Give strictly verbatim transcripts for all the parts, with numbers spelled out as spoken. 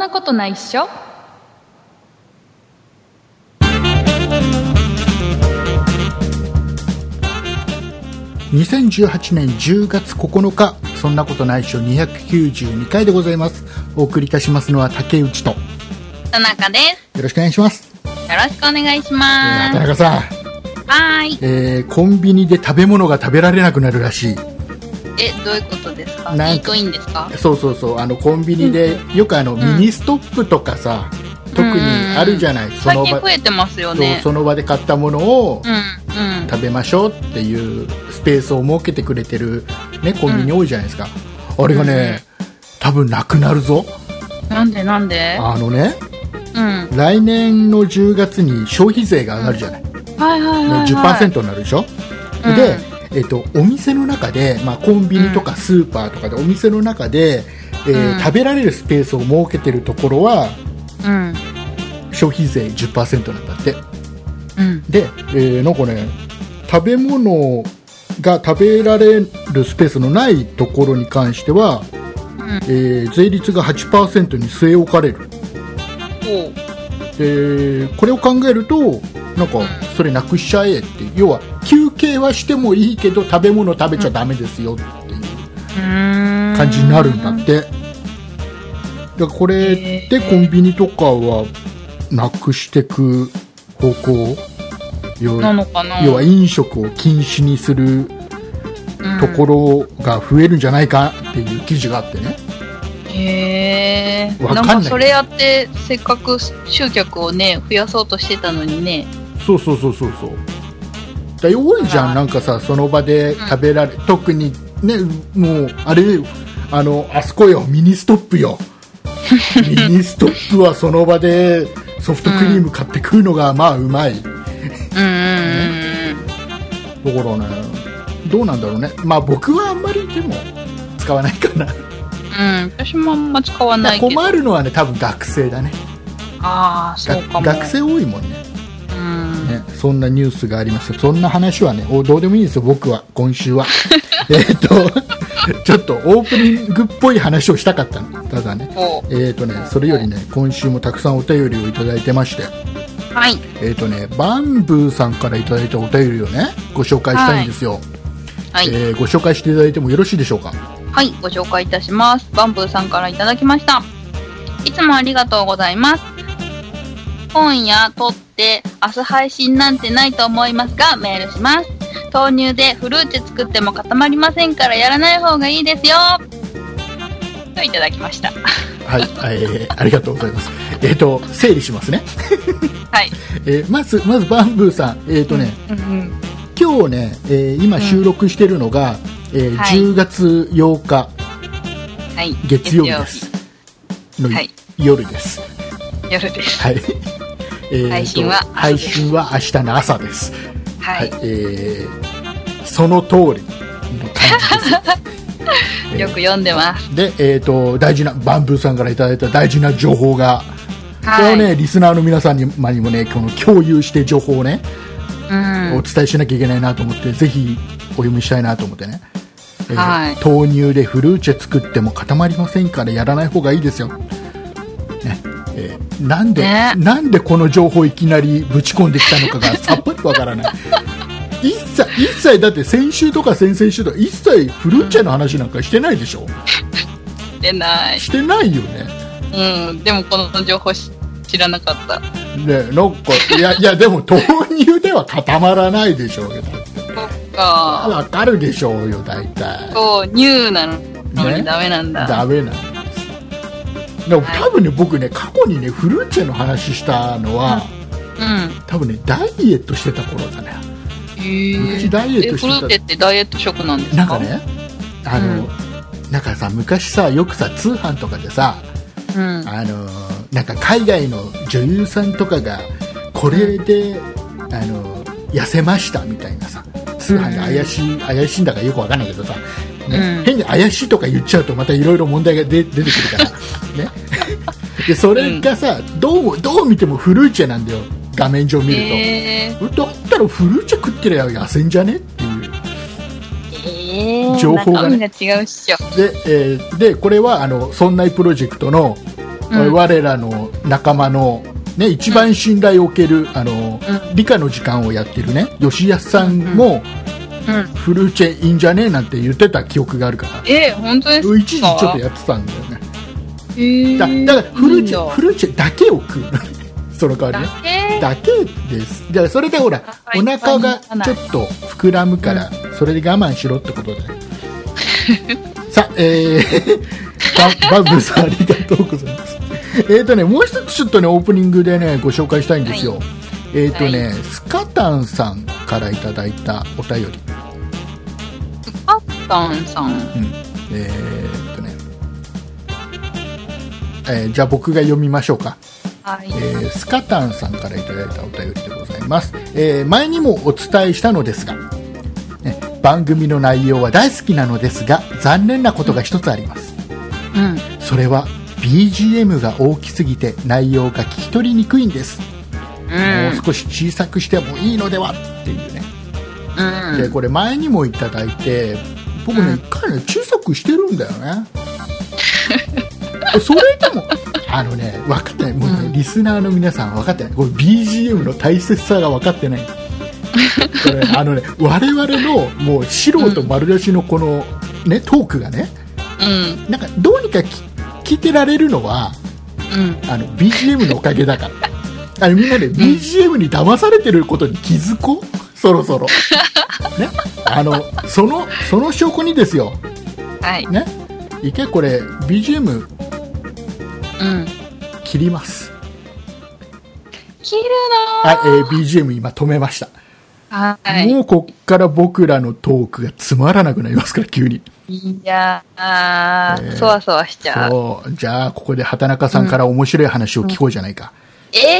なことないっしょ。 にせんじゅうはちねんじゅうがつここのか、そんなことないっしょにひゃくきゅうじゅうにかいでございます。お送りいたしますのは竹内と田中です。 よろしくお願いします。 よろしくお願いします。 田中さん、 はーい、 えー、コンビニで食べ物が食べられなくなるらしい。 え、どういうことですか？イートインですか？ そうそうそう、あのコンビニでよくあの、うん、ミニストップとかさ、特にあるじゃない、うん、その場最近増えてますよね。 その場で買ったものを、 うんうん、 食べましょうっていうスペースを設けてくれてる、ね、コンビニ多いじゃないですか、うん、あれがね、うん、多分なくなるぞ。なんでなんで？あのね、うん、来年のじゅうがつに消費税が上がるじゃない、うんはいはいはいはい、じゅっパーセント になるでしょ、うん、で、えっと、お店の中で、まあ、コンビニとかスーパーとかでお店の中で、えーうん、食べられるスペースを設けてるところは、うん、消費税 じゅっパーセント なんだって、うん、で、えー、なんかね、食べ物が食べられるスペースのないところに関しては、うんえー、税率が はちパーセント に据え置かれる。でこれを考えるとなんかそれなくしちゃえって、要は休憩はしてもいいけど食べ物食べちゃダメですよっていう感じになるんだって。だからこれでコンビニとかはなくしていく方向なのかな。要は飲食を禁止にするところが増えるんじゃないかっていう記事があってね。 へー、なんかそれやってせっかく集客をね増やそうとしてたのにね。 そうそうそうそうそうだよ。多いじゃん、なんかさ、その場で食べられ、うん、特にね、もうあれあのあそこよ、ミニストップよミニストップはその場でソフトクリーム買って食うのがまあうまい、うん、うんうんね、だからね、どうなんだろうね。まあ僕はあんまりでも使わないかな。 うん、私もあんま使わないけど。 困るのはね、多分学生だね。 ああ、そうかも。 学生多いもんね。うんね、そんなニュースがありました。そんな話はね、どうでもいいですよ。僕は今週はえっとちょっとオープニングっぽい話をしたかったの。ただね、えっとね、それよりね、今週もたくさんお便りをいただいてまして、 はい。 えっとね、バンブーさんからいただいたお便りをね、ご紹介したいんですよ。はい。えー、ご紹介していただいてもよろしいでしょうか。 はい、ご紹介いたします。バンブーさんからいただきました。いつもありがとうございます。今夜撮って明日配信なんてないと思いますがメールします。豆乳でフルーチェ作っても固まりませんからやらない方がいいですよといただきました。 はい、えー、ありがとうございます。えっと整理しますねはい、 えー、まずまずバンブーさん、えっとね、うんうん、今日ね、えー、今収録してるのが、うんえーはい、じゅうがつようか、はい、月曜日ですの、はい、夜です夜です、 はいえー、 配信は配信は明日の朝です。 はい、はいえー、その通りの感じですよく読んでます。 で、えーと、大事なバンブーさんからいただいた大事な情報が、はい、これをねリスナーの皆さんにもねこの共有して情報をね、うん、お伝えしなきゃいけないなと思って、ぜひお読みしたいなと思ってね、えーはい、豆乳でフルーチェ作っても固まりませんからやらない方がいいですよ、ねえー、なんで、ね、なんでこの情報いきなりぶち込んできたのかがさっぱりわからない一切一切だって先週とか先々週とか一切フルーチェの話なんかしてないでしょ、うん、 してないしてないよね。 うんでもこの情報知らなかったね。なんかいやいやでも豆乳では固まらないでしょうよ。わかるでしょうよ大体。 そう乳なのにダメなんだ、 ね、ダメなんです。でも多分ね、はい、僕ね過去にねフルーチェの話したのは、うん、多分ねダイエットしてた頃だね。 へー、 昔ダイエットしてた。 フルーチェってダイエット食なんですか？ なんかねあの、うん、なんかさ昔さよくさ通販とかでさ、うん、あのなんか海外の女優さんとかがこれで、うん、あの痩せましたみたいなさ、通販で怪しい、うん、怪しいんだかよくわかんないけどさ、ねうん、変に怪しいとか言っちゃうとまたいろいろ問題が出てくるからねでそれがさ、うん、どうもどう見てもフルーチェなんだよ画面上見ると、えー、だったらフルーチェ食ってりゃ痩せんじゃねっていう、えー、情報がね中身が違うっしょ。 で、えー、でこれはあのそんないプロジェクトの、ううん、我らの仲間の、ね、一番信頼を受ける、あの、うん、理科の時間をやってるね吉安さんも、うんうん、フルーチェいいんじゃねえなんて言ってた記憶があるから。 えー、本当ですか。 一時ちょっとやってたんだよね。 えー、 だ, だからフルーチェフルーチェだけを食うその代わりねだけです。だからそれでほらお腹がちょっと膨らむから、うん、それで我慢しろってことでさあ、えー、バ, バブさんありがとうございます。えーとねもう一つちょっとねオープニングでねご紹介したいんですよ、はい、えーとね、はい、スカタンさんからいただいたお便り。 スカタンさん、うん、 えーとね、えー、じゃあ僕が読みましょうか。はい、えー、スカタンさんからいただいたお便りでございます、えー、前にもお伝えしたのですが、ね、番組の内容は大好きなのですが残念なことが一つあります、うん、それは ビージーエム が大きすぎて内容が聞き取りにくいんです、うん、もう少し小さくしてもいいのではっていうね、うん、でこれ前にもいただいて僕ね、うん、一回ね小さくしてるんだよねそれでもあのね分かってないもうね、うん、リスナーの皆さん分かってないこれ ビージーエム の大切さが分かってないこれあのね我々のもう素人丸出しのこの、ね、トークがね、うん、なんかどうにか聞いてられるのは、うん、あの ビージーエム のおかげだからあのみんなで ビージーエム に騙されてることに気づこうそろそろ、ね、あのそのその証拠にですよ、はいね、いけこれ ビージーエムうん、切ります。 切るのはい、えー、ビージーエム 今止めました。はい。もうこっから僕らのトークがつまらなくなりますから急に。 いやー、えー、そわそわしちゃう。 そうじゃあここで畑中さんから面白い話を聞こうじゃないか。 うんうん、えー、え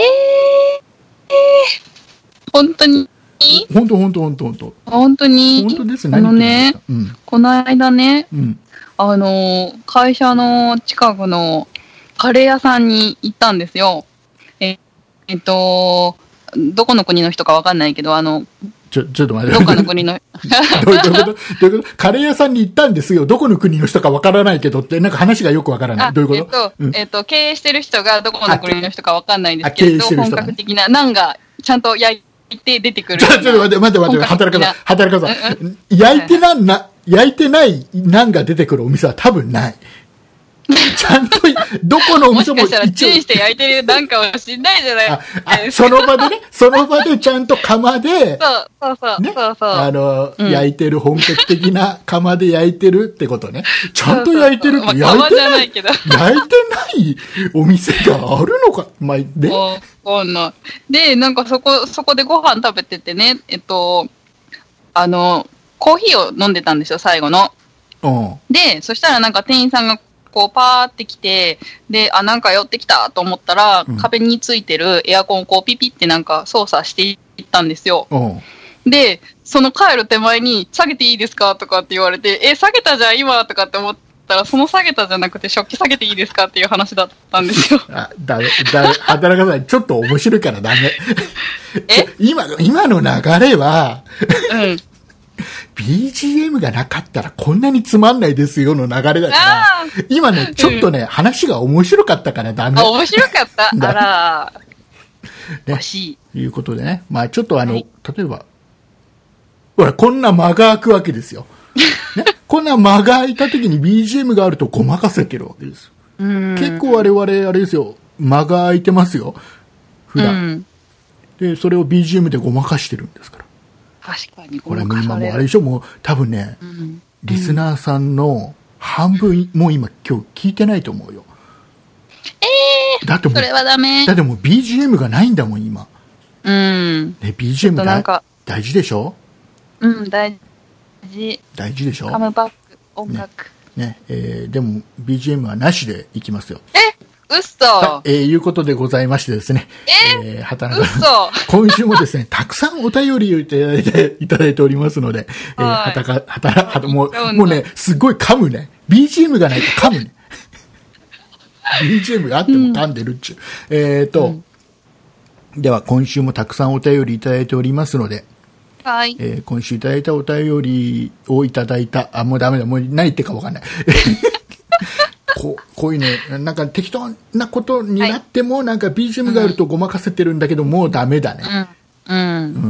ー、本当に本当本当本当本当本当に本当ですね。あのね、うん、この間ね、うん、あの会社の近くのカレー屋さんに行ったんですよ。え、えっと、どこの国の人かわかんないけど、あの、 ちょ、ちょっと待って。 どっかの国の。 どういうことどういうことカレー屋さんに行ったんですよ。どこの国の人かわからないけどって、なんか話がよくわからない。どういうこと、 えっと、うん、えっと、経営してる人がどこの国の人かわかんないんですけど、ね、本格的な、ナンがちゃんと焼いて出てくる。ちょ、ちょっと待って、待って待って、働かさん、働かさん。焼いてなん、な、焼いてないナンが出てくるお店は多分ない。ちゃんと、どこのお店も。もしかしたらチンして焼いてるなんかもしんないじゃないああその場でね、その場でちゃんと窯で、 そうそうそう、ね、そうそう。 あの、うん、焼いてる、本格的な窯で焼いてるってことね。ちゃんと焼いてるって、焼いてない、焼いてないお店があるのか、まあ、で。わかんない。で、なんかそこ、そこでご飯食べててね、えっと、あの、コーヒーを飲んでたんですよ、最後の。うん、で、そしたらなんか店員さんが、こうパーって来て、で、あ、なんか寄ってきたと思ったら、うん、壁についてるエアコンをこうピピってなんか操作していったんですよ。で、その帰る手前に、下げていいですかとかって言われて、え、下げたじゃん今とかって思ったら、その下げたじゃなくて食器下げていいですかっていう話だったんですよ。 あ、だめ、だめ、働かない。ちょっと面白いからダメ。え今の、今の流れは、うん。ビージーエム がなかったらこんなにつまんないですよの流れだから、今ね、ちょっとね、うん、話が面白かったからダメ。 あ、面白かった。あら、 ね、惜しい。ということでね、まあちょっとあの、はい、例えば、ほら、こんな間が空くわけですよ。ね、こんな間が空いた時に ビージーエム があるとごまかせてるわけです。結構我々、あれですよ、間が空いてますよ。普段。うん、で、それを ビージーエム でごまかしてるんですから。 確かにこれも今もうあれでしょもう多分ね、うん、リスナーさんの半分もう今今日聞いてないと思うよ。 えー、 だってもうそれはダメ。 だってもう ビージーエム がないんだもん今。 うん。 ね ビージーエム だ大事でしょ。 うん大事。 大事でしょ。 カムバック音楽。 ね、ねえー、でも ビージーエム はなしでいきますよ。 えうっそえー、いうことでございましてですね。 えー、えー、畑中さん。今週もですね、たくさんお便りをいただいて、いただいておりますので、えー、畑中、畑中、もう、もうね、すごい噛むね。ビージーエム がないと噛むね。ビージーエム があっても噛んでるっちゅう。うん、えーと、うん、では今週もたくさんお便りいただいておりますので、 はい。 えー、今週いただいたお便りをいただいた、あ、もうダメだ、もう何言ってるかわかんない。ここういうね、なんか適当なことになっても、はい、なんか ビージーエム があるとごまかせてるんだけど、うん、もうダメだね。 うん。うん。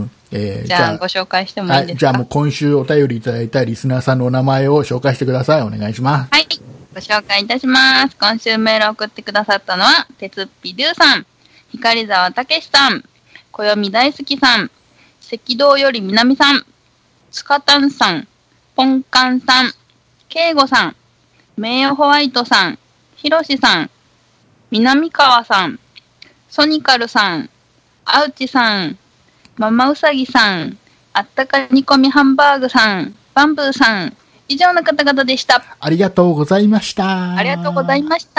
えー、 じゃあ、ご紹介してもいいですか？はい、 じゃあもう今週お便りいただいたリスナーさんのお名前を紹介してください。お願いします。 はい。ご紹介いたします。今週メールを送ってくださったのは、てつっぴりゅうさん、光沢たけしさん、こよみ大好きさん、赤道より南さん、つかたんさん、ぽんかんさん、けいごさん、名誉ホワイトさん、ひろしさん、南川さん、ソニカルさん、あうちさん、ママウサギさん、あったか煮込みハンバーグさん、バンブーさん、以上の方々でした。 ありがとうございました。 ありがとうございました。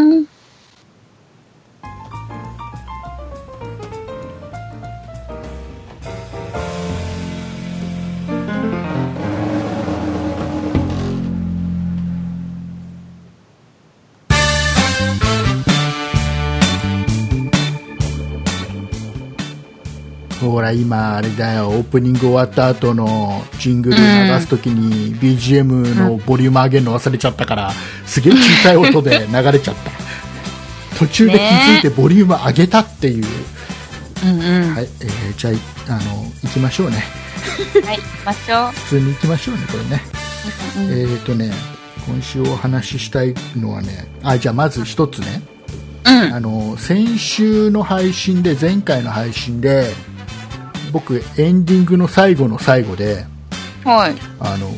ほら今あれだよ、オープニング終わった後のジングル流すときに ビージーエム のボリューム上げるの忘れちゃったから、すげえ小さい音で流れちゃった途中で気づいてボリューム上げたっていう、 うんうん、 はい、えー、じゃあ、あの行きましょうねはい、行きましょう。 普通に行きましょうね、これね、うんうん、えーとね今週お話ししたいのはね、あ、じゃあまず一つね、 うん、 あの先週の配信で前回の配信で僕エンディングの最後の最後で、 はい、 あの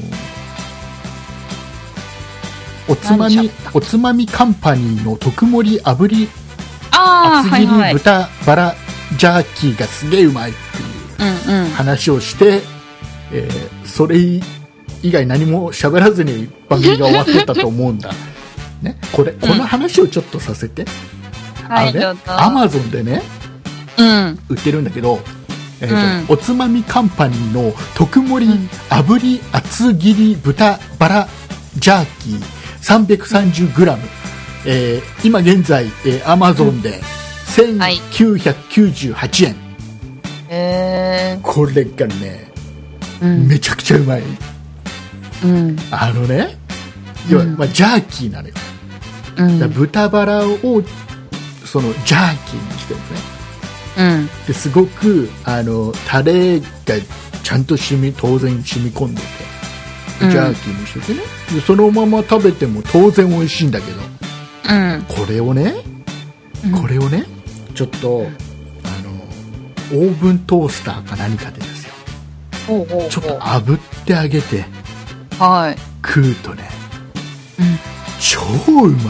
おつまみおつまみカンパニーの特盛り炙り厚切り豚バラジャーキーがすげえうまいっていう話をして、うんうん、えー、それ以外何も喋らずに番組が終わってたと思うんだね、これこの話をちょっとさせて、うん、あのね、はい、アマゾンでね、 うん、 売ってるんだけど、えーとうん、おつまみカンパニーの特盛り、うん、炙り厚切り豚バラジャーキー さんびゃくさんじゅうグラム、えー、今現在、えー、Amazon でせんきゅうひゃくきゅうじゅうはちえん、 えー、 これがね、うん、めちゃくちゃうまい、 うん、 あのね、要は、まあ、ジャーキーなのよ、うん、だ豚バラをそのジャーキーにしてるんですね、 うん、 ですごくあのタレがちゃんと染み当然染み込んでて、ジャーキーにしててね、でそのまま食べても当然美味しいんだけど、 うん、 これをね、これをねちょっとあのオーブントースターか何かでですよ、 ほうほうほう、 ちょっと炙ってあげて、 はい、 食うとね、 うん、 超うまい。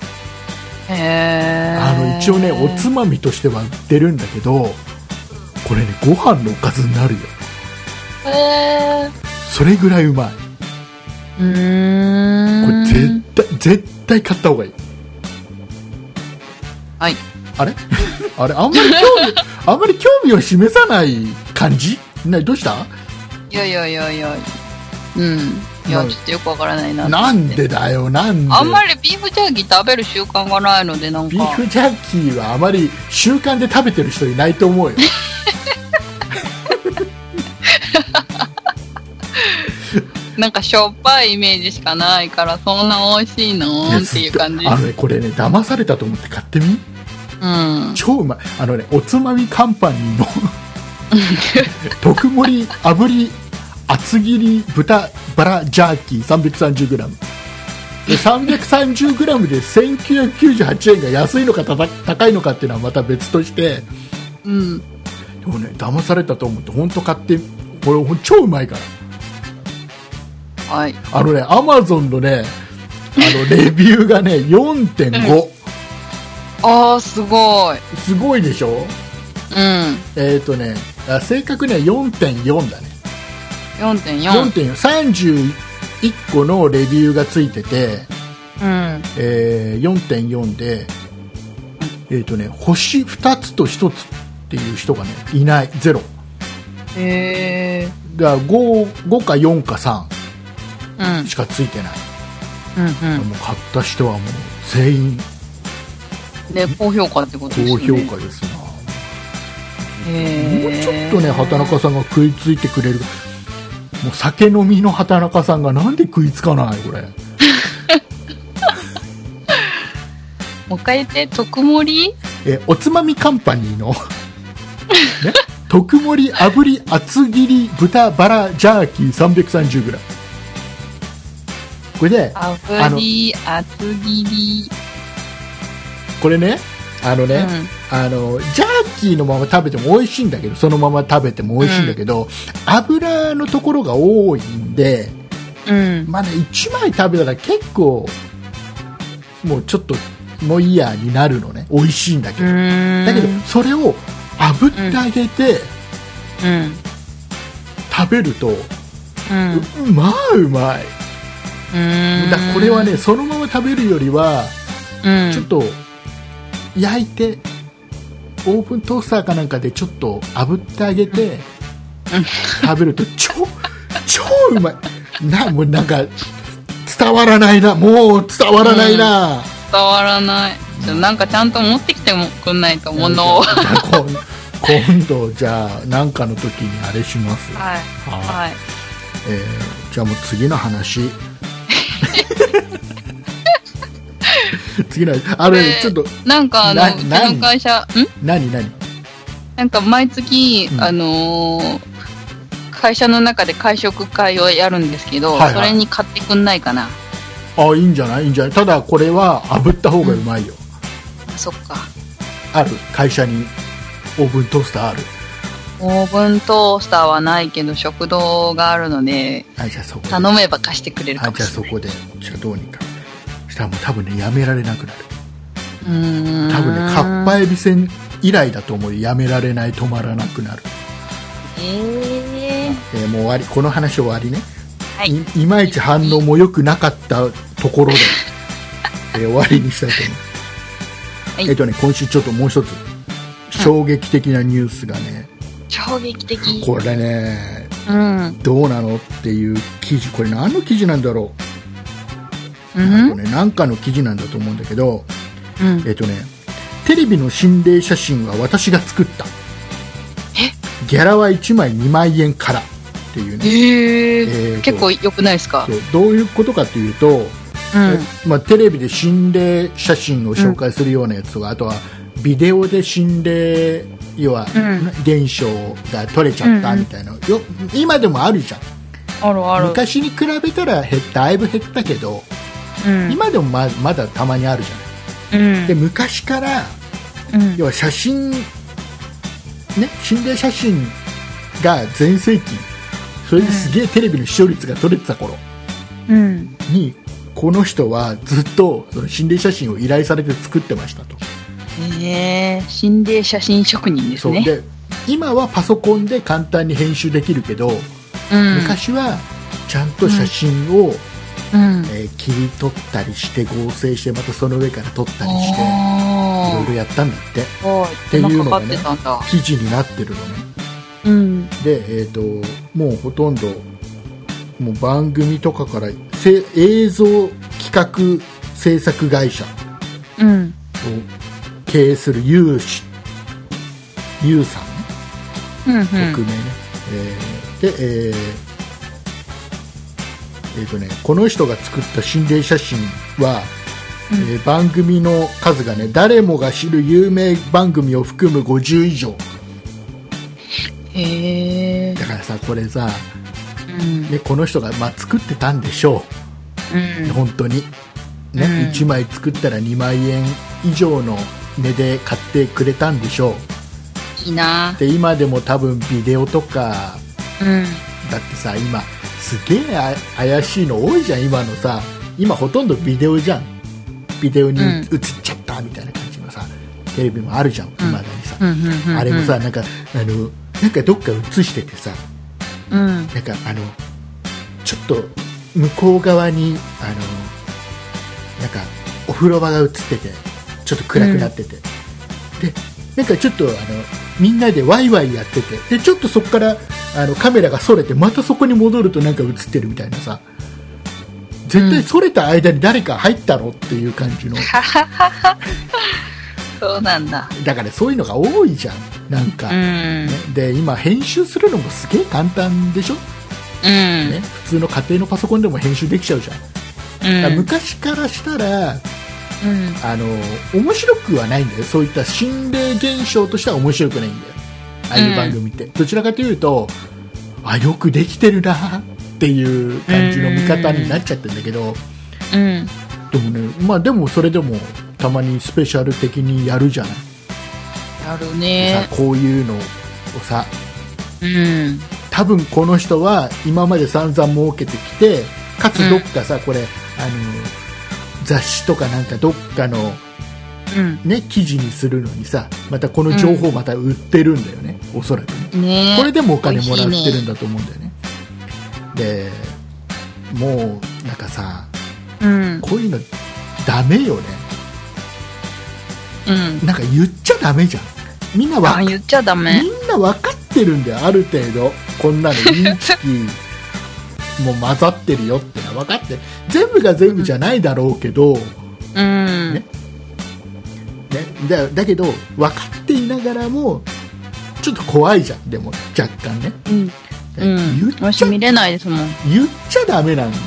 へー、 あの一応ねおつまみとしては売ってるんだけど、これねご飯のおかずになるよ。 へー、 それぐらいうまい。 うーん、 これ絶対絶対買った方がいい。 はい。 あれあれあんまり興味あんまり興味を示さない感じ？な、どうした？ いやいやいやいや、うん、いやちょっとよくわからないな。 なんでだよ、なんで。 あんまりビーフジャーキー食べる習慣がないので、なんかビーフジャーキーはあまり習慣で食べてる人いないと思うよなんかしょっぱいイメージしかないから、そんな美味しいのっていう感じ。 あのね、これね騙されたと思って買ってみ、 うん、 超うまい。あのね、おつまみカンパニーの特盛り炙り厚切り豚バラジャーキー さんびゃくさんじゅうグラム で さんびゃくさんじゅうグラム でせんきゅうひゃくきゅうじゅうはちえんが安いのか高いのかっていうのはまた別として、 うん、 でもね騙されたと思って本当買って、これ超うまいから、 はい、 あのねアマゾンのねあのレビューがね よんてんご、うん、 あーすごいすごいでしょ。 うん、 えっ、ー、とね正確には よんてんよん だね。 よんてんよん、 よんてんよん、さんじゅういっこのレビューがついてて、 うん、 えー、よんてんよん で、えっ、ー、とね星ふたつとひとつっていう人がねいない、ゼロ。 へー、だから 5, 5かよんかさんしかついてない、 うんうん、 もう買った人はもう全員ね、高評価ってことですね。 高評価ですな。 へー、 もうちょっとね畑中さんが食いついてくれる。もう酒飲みの畑中さんがなんで食いつかないこれもう一回言って、特盛りえおつまみカンパニーの、ね、特盛り炙り厚切り豚バラジャーキー さんびゃくさんじゅうグラム。 これで炙り厚切り、 これね、あのね、うん、あのジャーキーのまま食べても美味しいんだけど、そのまま食べても美味しいんだけど、うん、油のところが多いんで、うん、まあね、いちまい食べたら結構もうちょっともういいやになるのね。美味しいんだけど、だけどそれを炙ってあげて、うんうん、食べると、うん、うまいうまい。うんだこれはね、そのまま食べるよりは、うん、ちょっと焼いてオーブントースターかなんかでちょっと炙ってあげて、うん、食べると超超うまいな。もうなんか伝わらないな、もう伝わらないな、うん、 伝わらない。ちょなんかちゃんと持ってきてもくんないとものを今度じゃあ何かの時にあれします。 はい、はい、 えー、じゃあもう次の話次のあれちょっとなんかあのうちの会社ん何何なんか毎月、うん、あのー、会社の中で会食会をやるんですけど、はいはい、それに買ってくんないかな。 あ、いいんじゃないいいんじゃない。ただこれは炙った方がうまいよ、 うん、あ、そっか。 ある会社にオーブントースターある。 オーブントースターはないけど食堂があるので、 あ、じゃあそこで頼めば貸してくれるかもしれない。 あ、じゃあそこでじゃあどうにかしたらもう多分ねやめられなくなる。 うーん、 多分ねかっぱえびせん以来だと思う。やめられない、止まらなくなる。 えー、 えー、もう終わり。この話終わりね。 はい、 い, いまいち反応も良くなかったところで、えー、終わりにしたいと思います、はい。えっとね今週ちょっともう一つ衝撃的なニュースがね、 衝撃的。 これね、 うん、 どうなのっていう記事。これ何の記事なんだろう。 うん、 なんかね、なんかの記事なんだと思うんだけど、 うん、 えっとねテレビの心霊写真は私が作った。 えギャラはいちまいにまんえんからっていうね。 えーえー、結構良くないですか。 どういうことかというと、うんまあ、テレビで心霊写真を紹介するようなやつとか、うん、あとはビデオで心霊要は、うん、現象が撮れちゃったみたいな、うんうん、よ今でもあるじゃん。 あるある。 昔に比べたら減だいぶ減ったけど、うん、今でも ま, まだたまにあるじゃない、うん、で昔から、うん、要は写真ね、心霊写真が全盛期、それですげえテレビの視聴率が取れてた頃に、うん、この人はずっとその心霊写真を依頼されて作ってましたと。 へー、心霊写真職人ですね。 そうで今はパソコンで簡単に編集できるけど、うん、昔はちゃんと写真を、うんえー、切り取ったりして合成してまたその上から撮ったりしていろいろやったんだってっていうのがね記事になってるのね、うん、で、えーと、もうほとんどもう番組とかから映像企画制作会社を経営するユウ氏ユウさんね、うんうん、匿名ね、えー、で、えーえーとね、この人が作った心霊写真は、うんえー、番組の数がね誰もが知る有名番組を含むごじゅう以上。 へー。 だからさこれさ、うんね、この人が、まあ、作ってたんでしょう、うん、本当に、ねうん、いちまい作ったらにまんえん以上の値で買ってくれたんでしょう。 いいな。 で今でも多分ビデオとか、 うん、 だってさ今すげえ怪しいの多いじゃん。今のさ今ほとんどビデオじゃん。ビデオに映っちゃったみたいな感じのさ、うん、テレビもあるじゃん未だにさ、うんうんうんうん、あれもさなんかあのなんかどっか映しててさ、うん、なんかあのちょっと向こう側にあのなんかお風呂場が映っててちょっと暗くなってて、うん、でなんかちょっとあのみんなでワイワイやっててでちょっとそこからあのカメラがそれてまたそこに戻るとなんか映ってるみたいなさ、絶対それた間に誰か入ったろっていう感じの、うん、 そうなんだ。 だからそういうのが多いじゃんなんか、うんね、で今編集するのもすげえ簡単でしょ、うんね、普通の家庭のパソコンでも編集できちゃうじゃん、うん、だから昔からしたらうん、 あの面白くはないんだよ。そういった心霊現象としては面白くないんだよ、ああいう番組って、うん、どちらかというとあよくできてるなっていう感じの見方になっちゃってるんだけど、 うん、 でもね、まあでもそれでもたまにスペシャル的にやるじゃない。 やるね。 さこういうのをさ、 うん、 多分この人は今まで散々儲けてきて、かつどっかさ、うん、これあの雑誌とかなんかどっかの、うんね、記事にするのにさ、またこの情報をまた売ってるんだよね、うん、おそらく ね, ねこれでもお金もらってるんだと思うんだよね。でもうなんかさ、 うん、 こういうのダメよね、 うん、 なんか言っちゃダメじゃん。みんなわ言っちゃダメ。 みんな分かってるんだよ、ある程度。こんなのインチキも混ざってるよってのは分かって、全部が全部じゃないだろうけど、 うんねね、だ, だけど分かっていながらもちょっと怖いじゃん。でも若干ね、 うんうん、言っちゃ私見れないですもん。 言っちゃダメなんだよ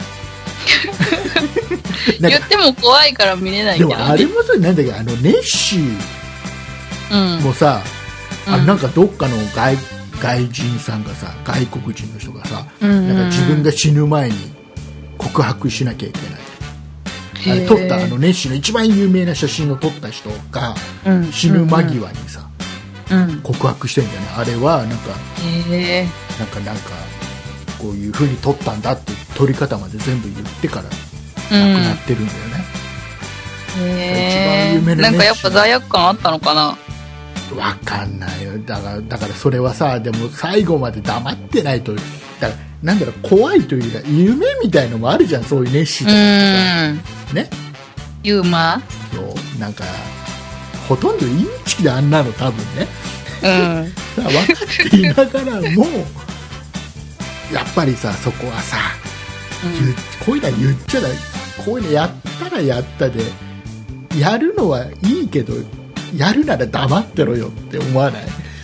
言っても怖いから見れないんだよね。 でもあれもさ、なんだっけ、あのネッシーもさ、うん、あなんかどっかの 外, 外人さんがさ、外国人の人がさ、うんうんうん、なんか自分が死ぬ前に告白しなきゃいけない。あれ撮ったあのネッシーの一番有名な写真を撮った人が、うん、死ぬ間際にさ、うん、告白してんだよね。あれはなんかへなんかなんかこういう風に撮ったんだって撮り方まで全部言ってから亡くなってるんだよね。 うん、へ一番有名ななんかやっぱ罪悪感あったのかな。 わかんないよ。だからだからそれはさ、でも最後まで黙ってないと、だからなんだろう、怖いというか夢みたいのもあるじゃん、そういうネッシーとかさ、ね、 ユーマそうなんかほとんどインチキであんなの多分ね、 うん、 分かっていながらもやっぱりさ、そこはさ、うん、こういうのは言っちゃだ、こういうのやったらやったで、やるのはいいけどやるなら黙ってろよって思わない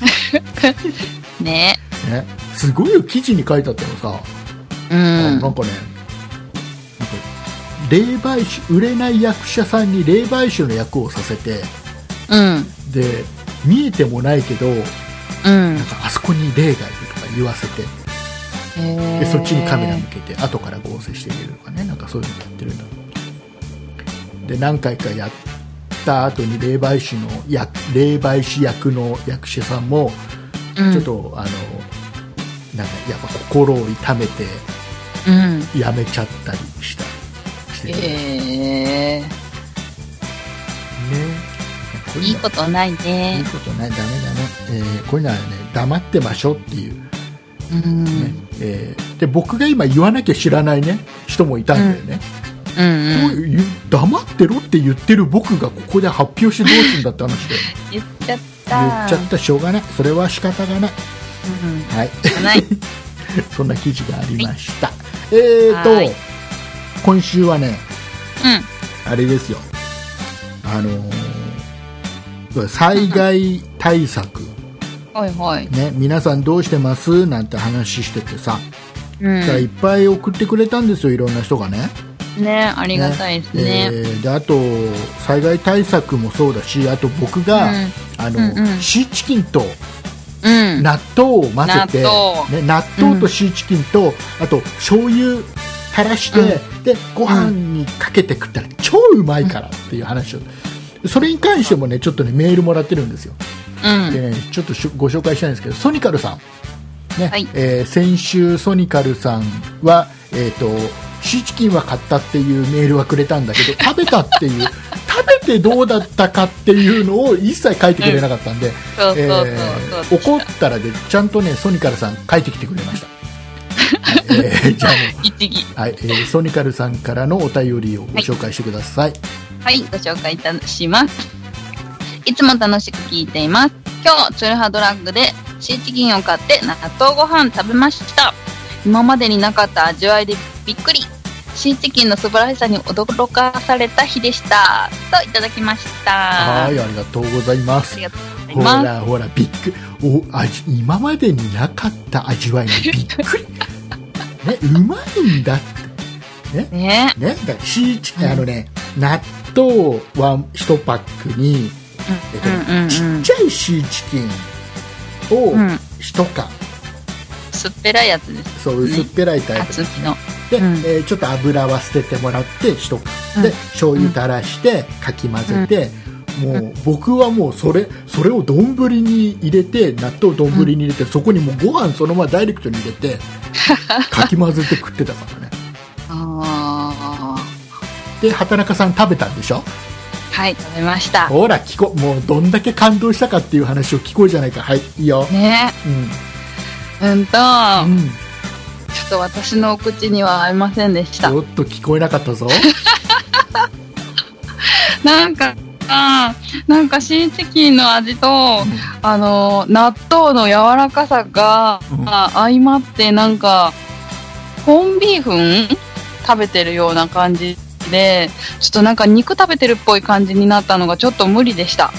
ねね、すごいよ。記事に書いてあったのさ、 うん、 なんかね、なんか霊媒師、売れない役者さんに霊媒師の役をさせて、 うん、 で見えてもないけど、うん、なんかあそこに霊がいるとか言わせて、でそっちにカメラ向けて後から合成してみるとかね、なんかそういうのやってるんだ。で何回かやった後に霊媒師のや霊媒師役の役者さんも、うん、ちょっとあのなんかやっぱ心を痛めて、うん、やめちゃったりしたしてる、 えー、ね、こういういいことないね。 いいことない、ダメだね、えー、こういうのはね、黙ってましょうっていう、 うんね、 えー、で僕が今言わなきゃ知らないね人もいたんだよね、 うんうんうん、 黙ってろって言ってる僕がここで発表してどうするんだって話で言っちゃった言っちゃった、しょうがない、それは仕方がない、 うん、 はいないそんな記事がありました、はい、えーと今週はね、 うん、 あれですよ、あのー、災害対策、 はいはいね、皆さんどうしてますなんて話しててさ、 うん、 いっぱい送ってくれたんですよ、いろんな人がね。 ね、ありがたいですね。 ね、えー、であと災害対策もそうだし、あと僕が、うん、あの、うんうん、シーチキンと納豆を混ぜて、納豆、ね、納豆とシーチキンと、うん、あと醤油垂らして、うん、でご飯にかけて食ったら超うまいからっていう話を、それに関してもねちょっとねメールもらってるんですよ。 うん、 でね、ちょっとご紹介したいんですけど、ソニカルさん、ね、 はい、 えー、先週ソニカルさんは、えーと、シーチキンは買ったっていうメールはくれたんだけど、食べたっていう食べてどうだったかっていうのを一切書いてくれなかったんで、怒ったらでちゃんとねソニカルさん書いてきてくれましたはい、えー、じゃあもう、はい、えー、ソニカルさんからのお便りをご紹介してください。 はい、はい、ご紹介いたします。いつも楽しく聞いています。今日ツルハドラッグでシーチキンを買って納豆ご飯食べました。今までになかった味わいでびっくり。シーチキンの素晴らしさに驚かされた日でしたといただきました。 はい、ありがとうございます。 ありがとうございます。 ほらほらびっくり、お味今までになかった味わいにびっくりね、うまいんだってね。 ねね、だシーチキン、あのね、納豆はいちパックに、えっとねうんうんうん、ちっちゃいシーチキンをいち缶、うん、 薄っぺらいやつです、ね、 そう薄っぺらいタイプ厚みので、うんえー、ちょっと油は捨ててもらっていち缶、うん、で醤油垂らしてかき混ぜて、うん、もう僕はもうそれそれを丼に入れて納豆を丼に入れて、うん、そこにもうご飯そのままダイレクトに入れてかき混ぜて食ってたからねあで畑中さん食べたんでしょ。 はい食べました。 ほら聞こもうどんだけ感動したかっていう話を聞こうじゃないか。はいいいよねうんうんと、 うん、 ちょっと私のお口には合いませんでした。 ちょっと聞こえなかったぞなんかあなんかシーチキンの味と、うん、あの納豆の柔らかさが、うん、相まってなんかコンビーフン食べてるような感じでちょっとなんか肉食べてるっぽい感じになったのがちょっと無理でした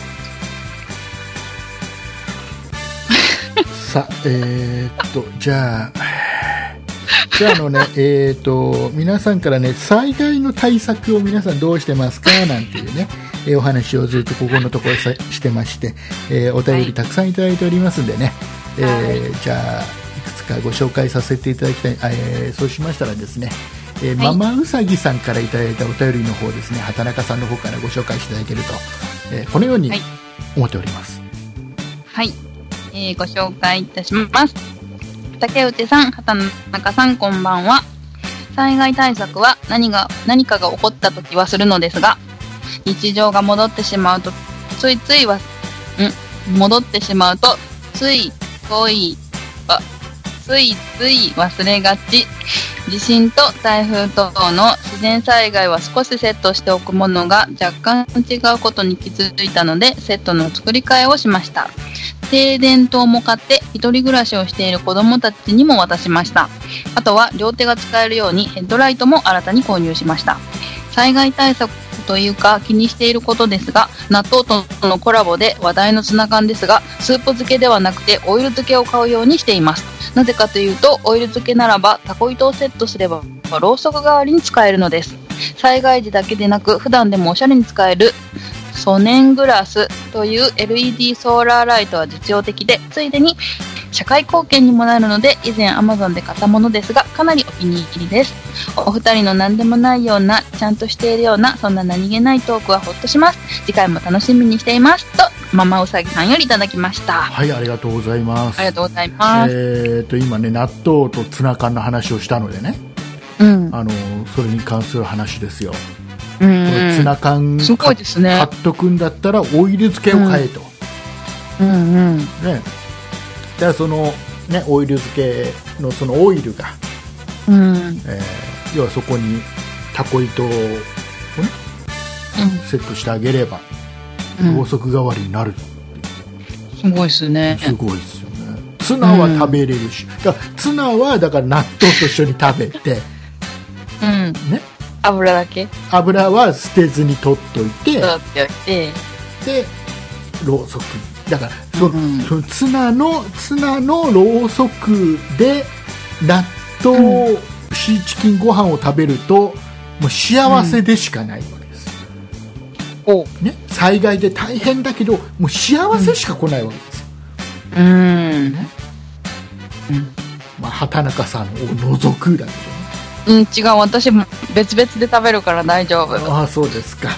さあえー、っとじゃあじゃああのねえー、っと皆さんからね災害の対策を皆さんどうしてますかなんていうねえー、お話をずっとここのところさしてまして、えー、お便りたくさんいただいておりますんでね、はいえー、じゃあいくつかご紹介させていただきたい、えー、そうしましたらですね、えーはい、ママウサギさんからいただいたお便りの方ですね畑中さんの方からご紹介していただけると、えー、このように思っておりますはい、はいえー、ご紹介いたします竹内さん畑中さんこんばんは。災害対策は何が何かが起こった時はするのですが日常が戻ってしまうとついついはん戻ってしまうとついついはついつい忘れがち。地震と台風等の自然災害は少しセットしておくものが若干違うことに気づいたのでセットの作り替えをしました。停電灯も買って一人暮らしをしている子どもたちにも渡しました。あとは両手が使えるようにヘッドライトも新たに購入しました。災害対策というか気にしていることですが納豆とのコラボで話題のツナ缶ですがスープ漬けではなくてオイル漬けを買うようにしています。なぜかというとオイル漬けならばタコ糸をセットすればろうそく代わりに使えるのです。災害時だけでなく普段でもおしゃれに使えるソネングラスという エルイーディー ソーラーライトは実用的でついでに社会貢献にもなるので以前 Amazon で買ったものですがかなりお気に入りです。お二人の何でもないようなちゃんとしているようなそんな何気ないトークはほっとします。次回も楽しみにしていますとママウサギさんよりいただきました。 はいありがとうございます。 ありがとうございます。 えーと今ね納豆とツナ缶の話をしたのでね、 うん、 あのそれに関する話ですよ。 うんうん、 ツナ缶すごいですね。 買っとくんだったらオイル漬けを買えと、 うんうんうんね、じゃあその、ね、オイル漬けのそのオイルが、 うんえー、要はそこにタコ糸を、ねうん、セットしてあげれば、うん、ろうそく代わりになる。 すごいですね。 すごいですよね。ツナは食べれるし、うん、だからツナはだから納豆と一緒に食べて、 うんね、 油だけ油は捨てずに取っといて取っておいてでろうそくだから そ,、うん、そのツナのツナのろうそくで納豆、うん、シーチキンご飯を食べるともう幸せでしかないわけです、 うんおね、災害で大変だけどもう幸せしか来ないわけですよ、 うんうんねうんまあ、畑中さんを除くだけどねうん、違う私も別々で食べるから大丈夫。 ああそうですか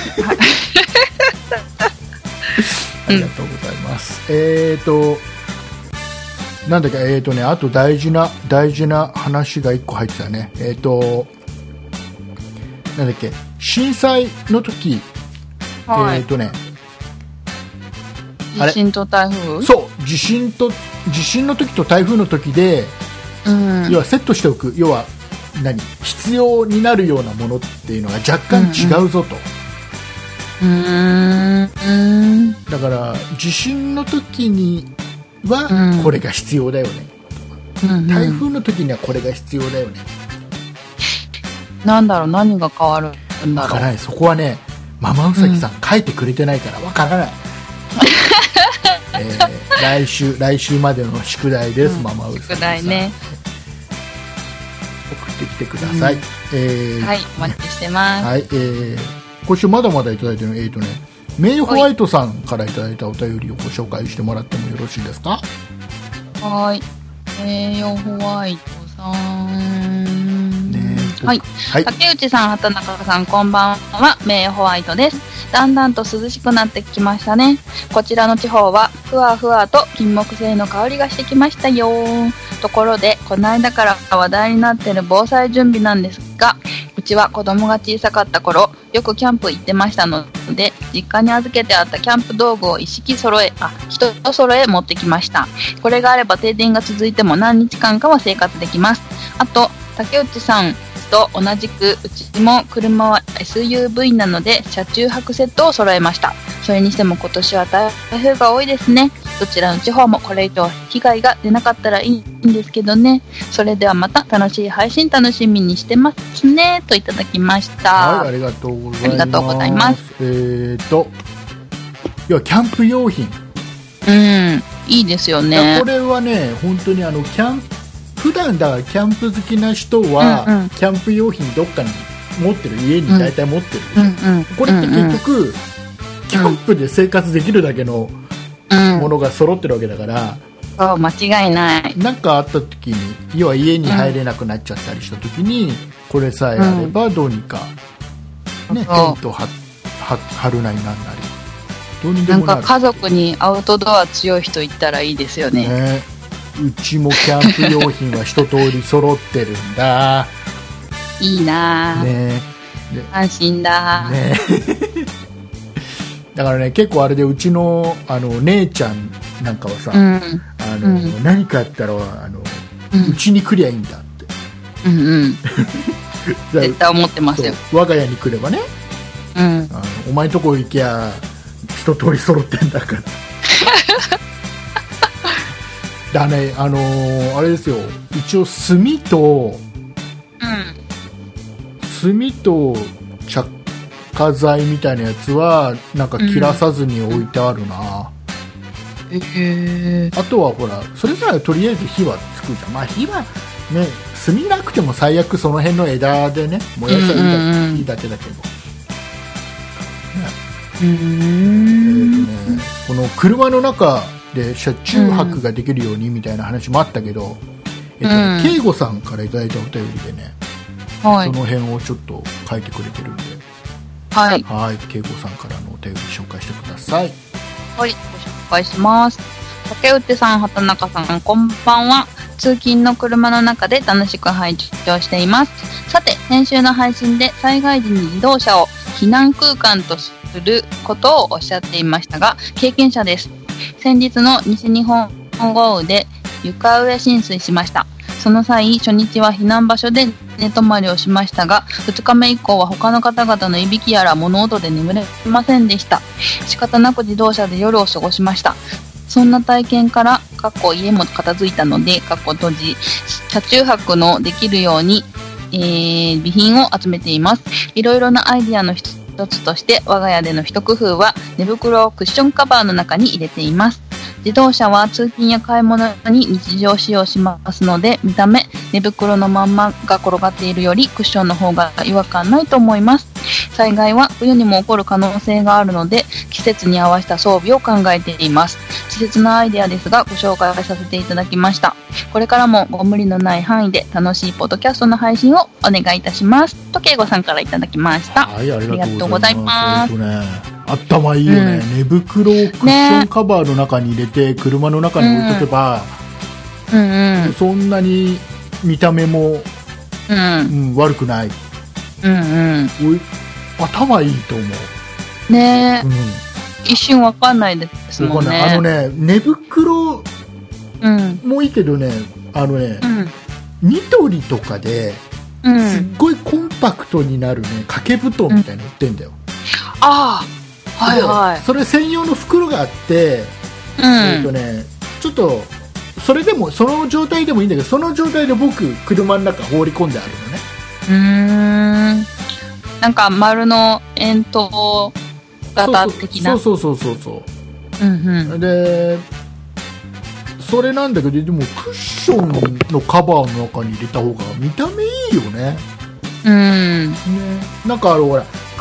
ありがとうございます、うん、えーとなんだっけえーとねあと大事な大事な話がいっこ入ってたね。えーとなんだっけ震災の時、はい、えーとね地震と台風そう地震と地震の時と台風の時で、 うん、 要はセットしておく要は何必要になるようなものっていうのが若干違うぞと、 うんうん、 だから地震の時にはこれが必要だよね、うん、台風の時にはこれが必要だよね、 うん、なんだろう何が変わるんだろう。 分からない。そこはねママウサギさん、うん、書いてくれてないから分からない、えー、来週来週までの宿題です、うん、ママウサギさん宿題ね送ってきてください、うんえー、はいお待ちしてます、 はいえー、 今週まだまだいただいてるの、えーとね、メイホワイトさんからいただいたお便りをご紹介してもらってもよろしいですか。 はい。メイホワイトさん。ね、はい。はい。竹内さん、畑中さん、こんばんは。メイホワイトです。だんだんと涼しくなってきましたね。こちらの地方はふわふわと金木犀の香りがしてきましたよ。ところで、この間から話題になっている防災準備なんですが、うちは子供が小さかった頃、よくキャンプ行ってましたので、実家に預けてあったキャンプ道具を一式揃え、あ、一揃え持ってきました。これがあれば停電が続いても何日間かは生活できます。あと、竹内さんと同じく、うちも車は エスユーブイ なので車中泊セットを揃えました。それにしても今年は台風が多いですね。どちらの地方もこれ以上被害が出なかったらいいんですけどね。それではまた楽しい配信楽しみにしてますね、といただきました。 はい、ありがとうございます。 ありがとうございます。 えーといやキャンプ用品、 うん、いいですよね。 これはね、本当にあのキャンプ普段だからキャンプ好きな人は、うんうん、キャンプ用品どっかに持ってる、家に大体持ってるでしょ、うんうん、これって結局、うんうん、キャンプで生活できるだけのものが揃ってるわけだから、 うん、そう間違いない。 なんかあった時に、要は家に入れなくなっちゃったりした時に、うん、これさえあればどうにか、うん、ね、テント張るなりなんなりどうにでもなる。 なんか家族にアウトドア強い人いったらいいですよね。 ね、うちもキャンプ用品は一通り揃ってるんだ。 いいなぁ、ね、安心だ、 ね、だからね、結構あれでうちの、あの姉ちゃんなんかはさ、うん、あのうん、何かやったらあの、うん、うちに来りゃいいんだって、 うんうん、絶対思ってますよ。 我が家に来ればね、うん、あのお前んとこ行きゃ一通り揃ってんだからだね、あのー、あれですよ、一応炭と、うん、炭と着火剤みたいなやつはなんか切らさずに置いてあるな、 うん、へー。 あとはほら、それぞれとりあえず火はつくじゃん。まあ火はね、炭なくても最悪その辺の枝でね燃やしちゃいいだ、うんうん、いいだけだけど、ね、うーん、えーとね、この車の中で車中泊ができるようにみたいな話もあったけど、うん、えっと、慶吾さんからいただいたお便りでね、はい、その辺をちょっと書いてくれてるんで、 はい、 はい、慶吾さんからのお便り紹介してください。 はい、ご紹介します。竹内さん、畑中さん、こんばんは。通勤の車の中で楽しく拝聴しています。さて、先週の配信で災害時に自動車を避難空間とすることをおっしゃっていましたが、経験者です。先日の西日本豪雨で床上浸水しました。その際、初日は避難場所で寝泊まりをしましたが、ふつかめ以降は他の方々のいびきやら物音で眠れませんでした。仕方なく自動車で夜を過ごしました。そんな体験から、かっこ家も片付いたので、かっこ閉じ、車中泊のできるように、えー、備品を集めています。いろいろなアイディアの一つとして、我が家での一工夫は、寝袋をクッションカバーの中に入れています。自動車は通勤や買い物に日常使用しますので、見た目、寝袋のまんまが転がっているよりクッションの方が違和感ないと思います。災害は冬にも起こる可能性があるので、季節に合わせた装備を考えています。稚拙なアイデアですが、ご紹介させていただきました。これからもご無理のない範囲で楽しいポッドキャストの配信をお願いいたします。と、慶吾さんからいただきました。 はい、ありがとうございます。頭いいよね、うん、寝袋をクッションカバーの中に入れて、ね、車の中に置いとけば、うんうん、そんなに見た目も、うんうん、悪くない、うんうん、頭いいと思うね、うん、一瞬わかんないですもんね。 あのね、寝袋もいいけどね、あのね、うん、ニトリとかで、うん、すっごいコンパクトになるね掛け布団みたいなの売ってんだよ、うん、 ああはいはい、 それ専用の袋があって、うん、えーとね、ちょっとそれでもその状態でもいいんだけど、その状態で僕車の中放り込んであるのね。 うーん、なんか丸の円筒型的な。 そうそうそうそうそう、うんうん、でそれなんだけど、でもクッションのカバーの中に入れた方が見た目いいよね。うん、ね、なんかあのほら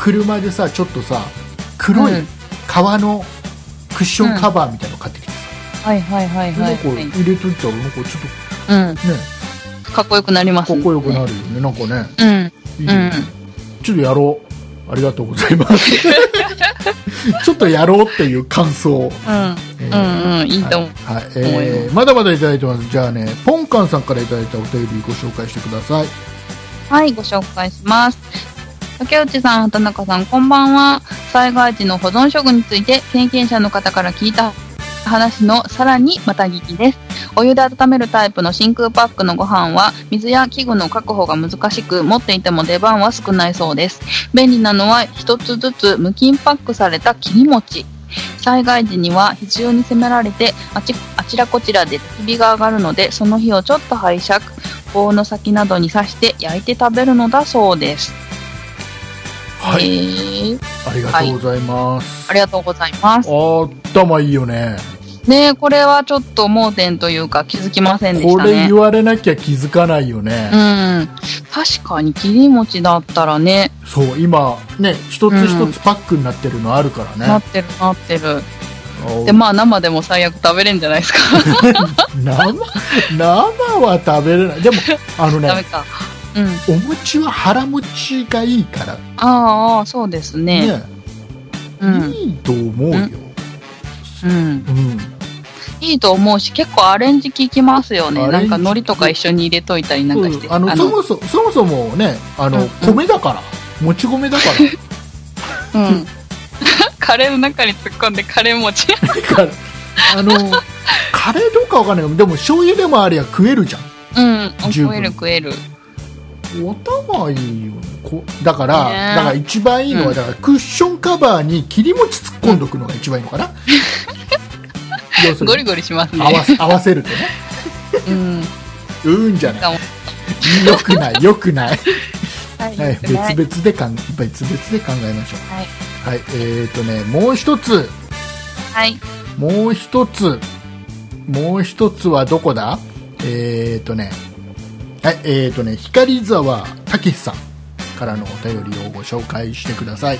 車でさちょっとさ黒い革のクッションカバーみたいなの買ってきてさ、 うん、はいはいはいはい、はい、 これ入れといたらなんかちょっと、 うんね、かっこよくなりますね。 かっこよくなるよねなんかね、 うん、いいよね、 うん、ちょっとやろう。ありがとうございますちょっとやろうっていう感想、うん、 えー、うんうんいいと思う、 はいはいえー、まだまだいただいてます。じゃあねポンカンさんからいただいたお便りご紹介してください。 はい、ご紹介します。竹内さん、畑中さん、こんばんは。災害時の保存食について経験者の方から聞いた話のさらにまた聞きです。お湯で温めるタイプの真空パックのご飯は水や器具の確保が難しく、持っていても出番は少ないそうです。便利なのは一つずつ無菌パックされた切り餅。災害時には必要に迫られてあち、あちらこちらで焚き火が上がるので、その火をちょっと拝借、棒の先などに刺して焼いて食べるのだそうです。 はい、えー、ありがとうございます、 はい、ありがとうございます。 頭いいよね。 ねえ、これはちょっと盲点というか気づきませんでしたね。 これ言われなきゃ気づかないよね。 うん、確かに切り餅だったらね。 そう今ね一つ一つパックになってるのあるからね、うん、 なってるなってる。でまあ生でも最悪食べれんじゃないですか生生は食べれない。でもあのねダメか、 うん、お餅は腹持ちがいいから。 ああそうですね、ね、 うん、いいと思うよ、 うんうんうん、いいと思うし結構アレンジ効きますよね。なんか海苔とか一緒に入れといたりなんかして、 うん、あのあのそもそもそもそもねあの、うん、米だからもち米だからうんカレーの中に突っ込んでカレー餅あのカレーどうかわかんないけどでも醤油でもありゃ食えるじゃん。 うん食える食える。 お玉いいよね。こだから、ね、だから一番いいのは、うん、だからクッションカバーに切り餅突っ込んどくのが一番いいのかな、 うん、ゴリゴリしますね。 合わせ、合わせるとねうんうんじゃないよくないよくないはい、はい、別々でかん別々で考えましょう。はい、はい、えーとねもう一つはいもう一つもう一つはどこだ。えーとねはい、えーとね、光沢武さんからのお便りをご紹介してください。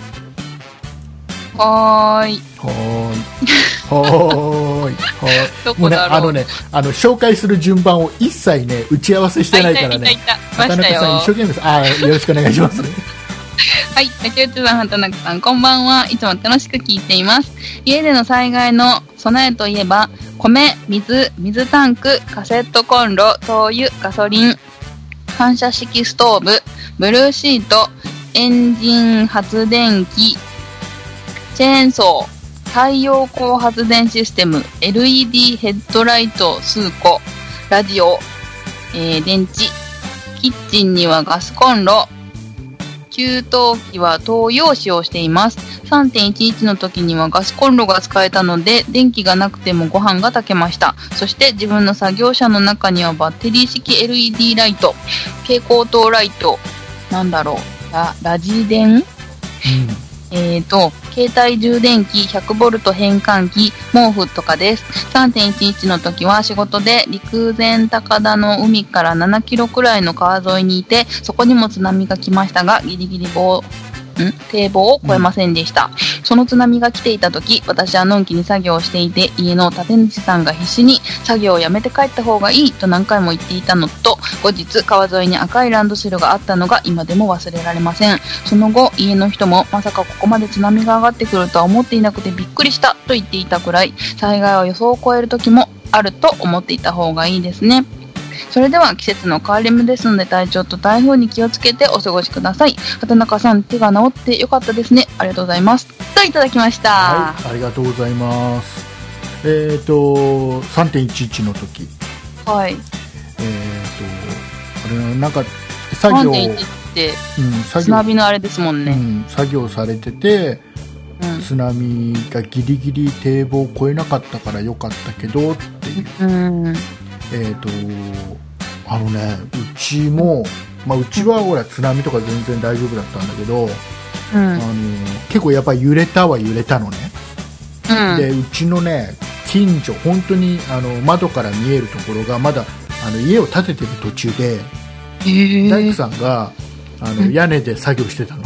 はーい。 はーい。はーい。はーい。もうね、あのね、あの、紹介する順番を一切ね、打ち合わせしてないからね。畑中さん一生懸命です。あー、よろしくお願いします。 はい、竹内さん、畑中さん、こんばんは。いつも楽しく聞いています。家での災害の備えといえば、米、水、水タンク、カセットコンロ、灯油、ガソリン、反射式ストーブ、ブルーシート、エンジン発電機、チェーンソー、太陽光発電システム、エルイーディー ヘッドライト数個、ラジオ、えー、電池、キッチンにはガスコンロ、給湯器は灯油を使用しています。さんてんいちいち の時にはガスコンロが使えたので電気がなくてもご飯が炊けました。そして自分の作業車の中にはバッテリー式 エルイーディー ライト、蛍光灯ライト、なんだろう、ラ, ラジ電、うんえーと、携帯充電器、ひゃくボルト変換器、毛布とかです。さんてんいちいち の時は仕事で陸前高田の海からななキロくらいの川沿いにいて、そこにも津波が来ましたが、ギリギリ棒、ん堤防を越えませんでした、うん、その津波が来ていた時、私はのんきに作業をしていて、家の建主さんが必死に作業をやめて帰った方がいいと何回も言っていたのと、後日川沿いに赤いランドセルがあったのが今でも忘れられません。その後家の人もまさかここまで津波が上がってくるとは思っていなくてびっくりしたと言っていたくらい、災害は予想を超える時もあると思っていた方がいいですね。それでは季節の変わり目ですので体調と台風に気をつけてお過ごしください。畑中さん、手が治ってよかったですね。ありがとうございますといただきました。 はい、ありがとうございます。えっ、ー、と さんてんいちいち の時、 はいえっ、ー、とあれなんか作業 さんてんいちいちって、うん、作業津波のあれですもんね、うん、 作業されてて、うん、津波がギリギリ堤防を越えなかったからよかったけどっていう、うんえーとあのね、うちも、まあ、うちはほら津波とか全然大丈夫だったんだけど、うん、あの結構やっぱり揺れたは揺れたのね、うん、でうちのね近所本当にあの窓から見えるところがまだあの家を建ててる途中で、えー、大工さんがあの屋根で作業してたのさ、ち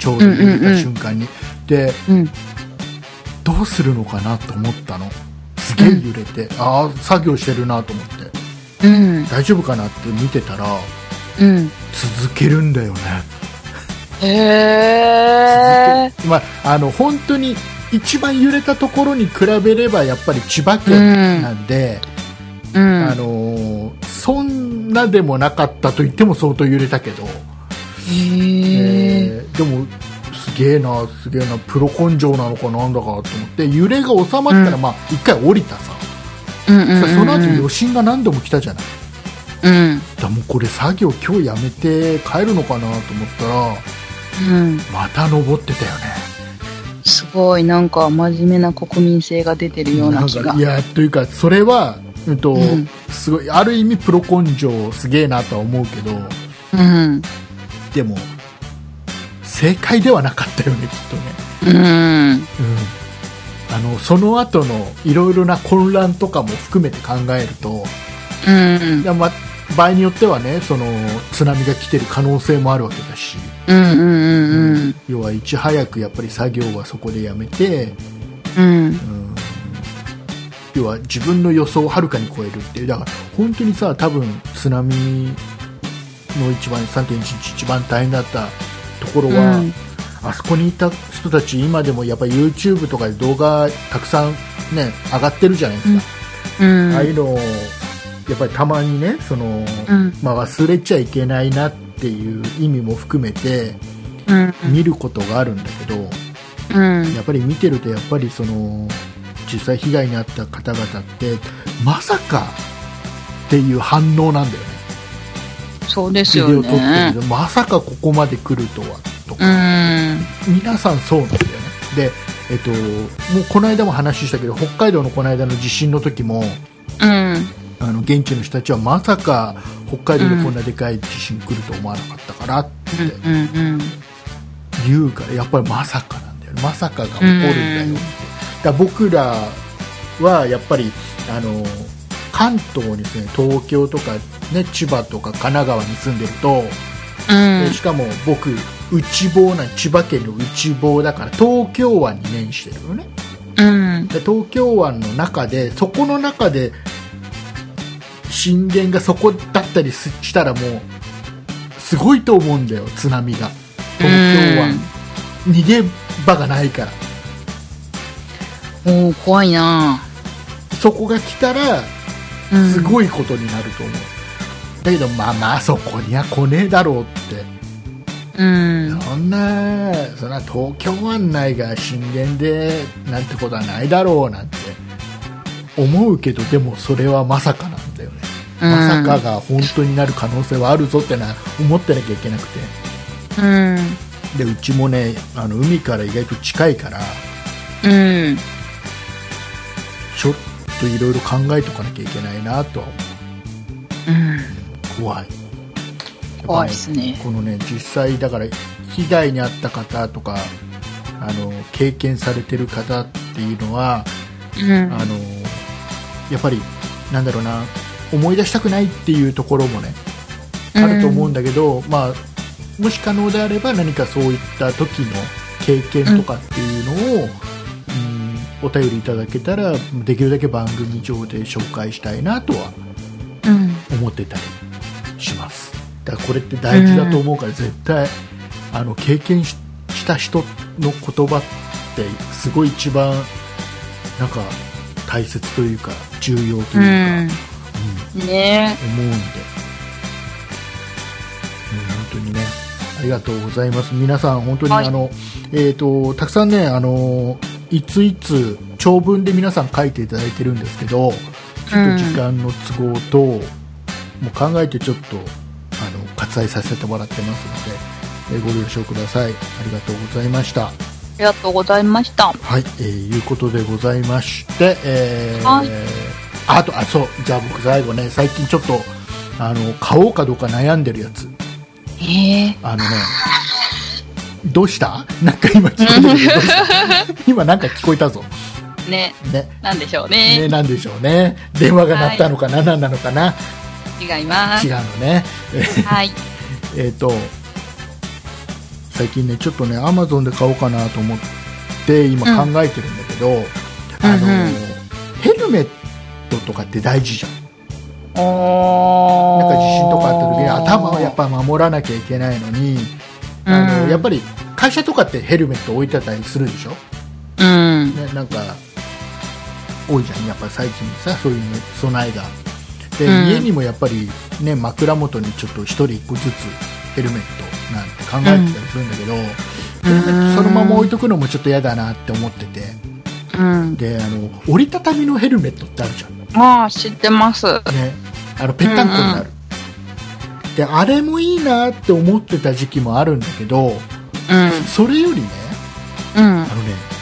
ちょうど揺れた瞬間に、うんうんうん、で、 うん、 どうするのかなと思ったの。すげえ揺れて、うん、ああ作業してるなと思って、 うん、 大丈夫かなって見てたら、 うん、 続けるんだよね。 へー、 まあ、あの本当に一番揺れたところに比べればやっぱり千葉県なんで、 うん、 あのそんなでもなかったと言っても相当揺れたけど、 へー、 えー、でもすげえなすげえなプロ根性なのかなんだかと思って揺れが収まったら、うん、まあ一回降りたさ、 うんうんうんうん、 その後余震が何度も来たじゃない、 うん、 だもうこれ作業今日やめて帰るのかなと思ったら、 うん、 また登ってたよね。 すごいなんか真面目な国民性が出てるような気が。 いやというかそれは、うんとうん、すごいある意味プロ根性すげえなとは思うけど、 うん、 でも正解ではなかったよねきっとね、 うんうん、 あのその後のいろいろな混乱とかも含めて考えると、 うんでま場合によってはねその津波が来てる可能性もあるわけだし、 うんうんうんうん、 要はいち早くやっぱり作業はそこでやめて、 うんうん、 要は自分の予想をはるかに超えるっていう。だから本当にさ多分津波の一番 さんてんいちいち 一番大変だったところは、うん、あそこにいた人たち今でもやっぱり YouTube とかで動画たくさんね上がってるじゃないですか、 うん、 ああいうのをやっぱりたまにねその、うんまあ、忘れちゃいけないなっていう意味も含めて見ることがあるんだけど、 うん、 やっぱり見てるとやっぱりその実際被害に遭った方々ってまさかっていう反応なんだよね。 そうですよね。 ビデオ撮ってるけどまさかここまで来るとはとか、 うん、 皆さんそうなんだよね。で、えっと、もうこの間も話したけど北海道のこの間の地震の時も、 うん、 あの現地の人たちはまさか北海道でこんなでかい地震来ると思わなかったからって言うからやっぱりまさかなんだよね。まさかが起こるんだよって、うん、だから僕らはやっぱりあの関東にですね東京とか、ね、千葉とか神奈川に住んでると、 うん、 しかも僕内房な千葉県の内房だから東京湾に面してるよね、 うん、 で東京湾の中でそこの中で震源がそこだったりしたらもうすごいと思うんだよ津波が。東京湾逃げ場がないからおー怖いな。 そこが来たらすごいことになると思う、うん、だけどまあまあそこには来ねえだろうって、 うん、 そんなそんな東京湾内が震源でなんてことはないだろうなんて思うけど、でもそれはまさかなんだよね、うん、まさかが本当になる可能性はあるぞってのは思ってなきゃいけなくて、 うん、 でうちもねあの海から意外と近いから、 うん、 ちょっといろいろ考えとかなきゃいけないなとは思う、うん、怖い怖いですね。 このね実際だから被害に遭った方とかあの経験されてる方っていうのは、 うん、 あのやっぱりなんだろうな思い出したくないっていうところもねあると思うんだけど、うん、まあもし可能であれば何かそういった時の経験とかっていうのを、うんお便りいただけたらできるだけ番組上で紹介したいなとは思ってたりします。だからこれって大事だと思うから、うん、絶対あの経験した人の言葉ってすごい一番なんか大切というか重要というか、うんうんね、 思うんで、うん、本当にねありがとうございます。皆さん本当に、はい、あのえーとたくさんねあのいついつ長文で皆さん書いていただいてるんですけど、ちょっと時間の都合と、うん、もう考えてちょっとあの割愛させてもらってますので、えー、ご了承ください。ありがとうございました。 ありがとうございました。 はい、えー、いうことでございまして、えーはい、 あとあそうじゃあ僕最後ね最近ちょっとあの買おうかどうか悩んでるやつ。 えー、 あのねどうしたなんか今聞こえてるけどどうした今なんか聞こえたぞねねなんでしょうねねなんでしょうね電話が鳴ったのかな、はい、何なのかな違います違うのねはいえっと最近ねちょっとねアマゾンで買おうかなと思って今考えてるんだけど、うん、あの、うんうん、ヘルメットとかって大事じゃん。なんか地震とかあった時に頭をやっぱ守らなきゃいけないのに、あの、うん、やっぱり会社とかってヘルメット置いてたりするでしょ、うんね、なんか多いじゃんやっぱ最近さそういう備えがで、うん、家にもやっぱり、ね、枕元にちょっと一人一個ずつヘルメットなんて考えてたりするんだけど、うん、ヘルメットそのまま置いとくのもちょっと嫌だなって思ってて、うん、であの折りたたみのヘルメットってあるじゃん。 ああ知ってます、ね、 あのぺったんこになる、うんうん、であれもいいなって思ってた時期もあるんだけど、うん、それよりね、うん、あのね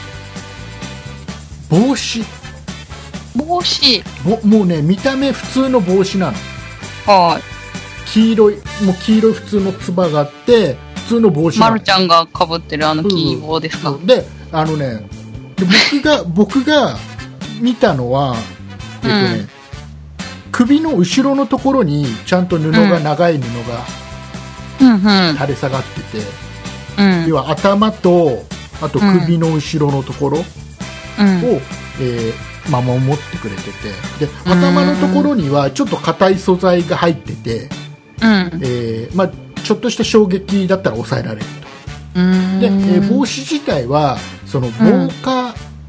帽子帽子もうね見た目普通の帽子なの。 はい。 黄色いもう黄色い普通のつばがあって普通の帽子なの。 まるちゃんがかぶってるあの黄帽ですか、 うん、であのねで僕が僕が見たのはえっとね、うん、首の後ろのところにちゃんと布が、うん、長い布が垂れ下がってて、うん、要は頭とあと首の後ろのところを、うん、えーまあ、守ってくれててで頭のところにはちょっと硬い素材が入ってて、うんえーまあ、ちょっとした衝撃だったら抑えられると。で、えー、帽子自体はその防火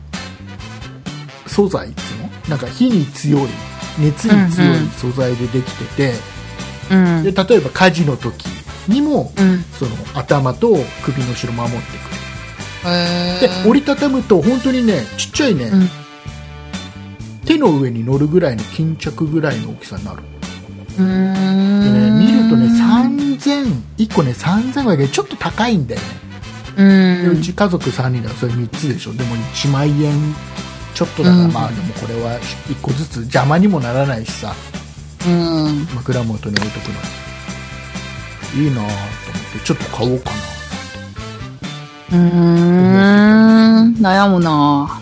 素材っていうのなんか火に強い熱に強い素材でできてて、うんうん、で例えば火事の時にも、うん、その頭と首の後ろ守ってくれる。で折りたたむと本当にねちっちゃいね、うん手の上に乗るぐらいの巾着ぐらいの大きさになる。うーんで、ね、見るとねさんぜんいっこねさんぜんえんだけどちょっと高いんだよね。うーんでうち家族さんにんだからそれみっつでしょ。でもいちまんえんちょっとだから、まあでもこれはいっこずつ邪魔にもならないしさ、うん枕元に置いとくのいいなと思ってちょっと買おうかな。うーん悩むな。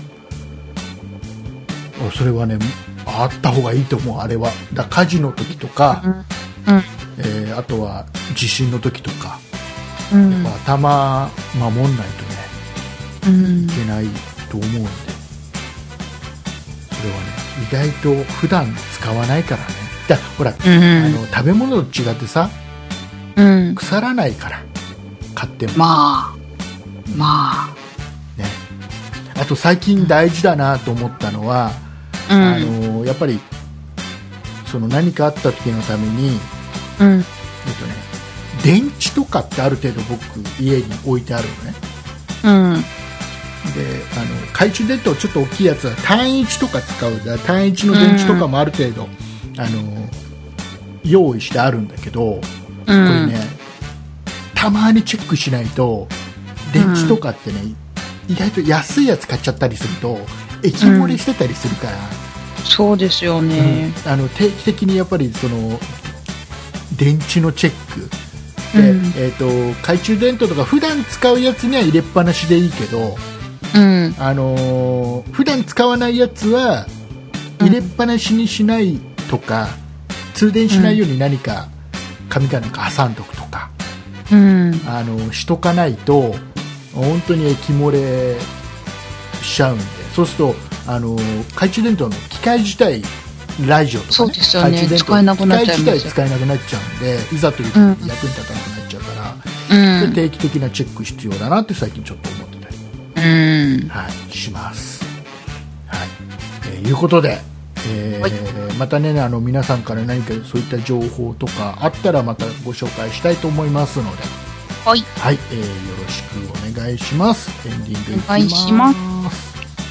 それはねあった方がいいと思う。あれはだ火事の時とか、うんうんえー、あとは地震の時とか、うん、やっぱ頭守んないとね、うん、いけないと思うんでそれはね意外と普段使わないからね。だほら、うん、あの食べ物と違ってさ、うん、腐らないから買ってもまあまあね。あと最近大事だなと思ったのはうん、あのやっぱりその何かあった時のために、うんえっとね、電池とかってある程度僕家に置いてあるのね、うん、であの懐中電灯ちょっと大きいやつは単一とか使うだ単一の電池とかもある程度、うん、あの用意してあるんだけど、うん、これねたまにチェックしないと電池とかってね、うん、意外と安いやつ買っちゃったりすると液漏れしてたりするから、うん、 そうですよね、 うん、あの定期的にやっぱりその電池のチェックで、うんえー、と懐中電灯とか普段使うやつには入れっぱなしでいいけど、うんあのー、普段使わないやつは入れっぱなしにしないとか、うん、通電しないように何か紙かなんか挟んどくとか、うん、あのしとかないと本当に液漏れしちゃうんでそうするとあの懐中電灯の機械自体ラジオとか、ね、 そうですよね使えなくなっちゃいます。 機械自体使えなくなっちゃうんでいざという時に役に立たなくなっちゃうから、うん、で定期的なチェック必要だなって最近ちょっと思ってたり、うんはい、します。はい、えー、いうことで、えーはい、またねあの皆さんから何かそういった情報とかあったらまたご紹介したいと思いますのではい、はいえー、よろしくお願いします。エンディングいきます。お願いします。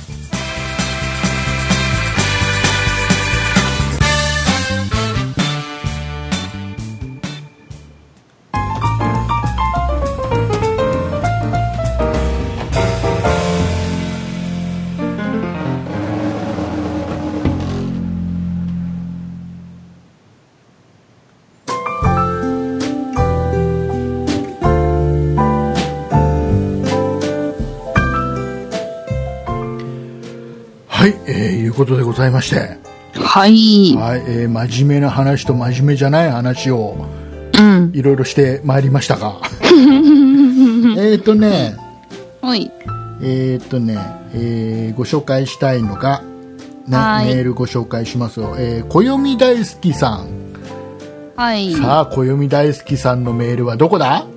はい、えー、いうことでございまして、 はい、 はい、えー、真面目な話と真面目じゃない話を、うん、いろいろしてまいりましたが、 えっとね、 はい。 えっとね、えー、ご紹介したいのが、ね、メールご紹介しますよ。えー、暦大好きさん。 はい。 さあ、暦大好きさんのメールはどこだ？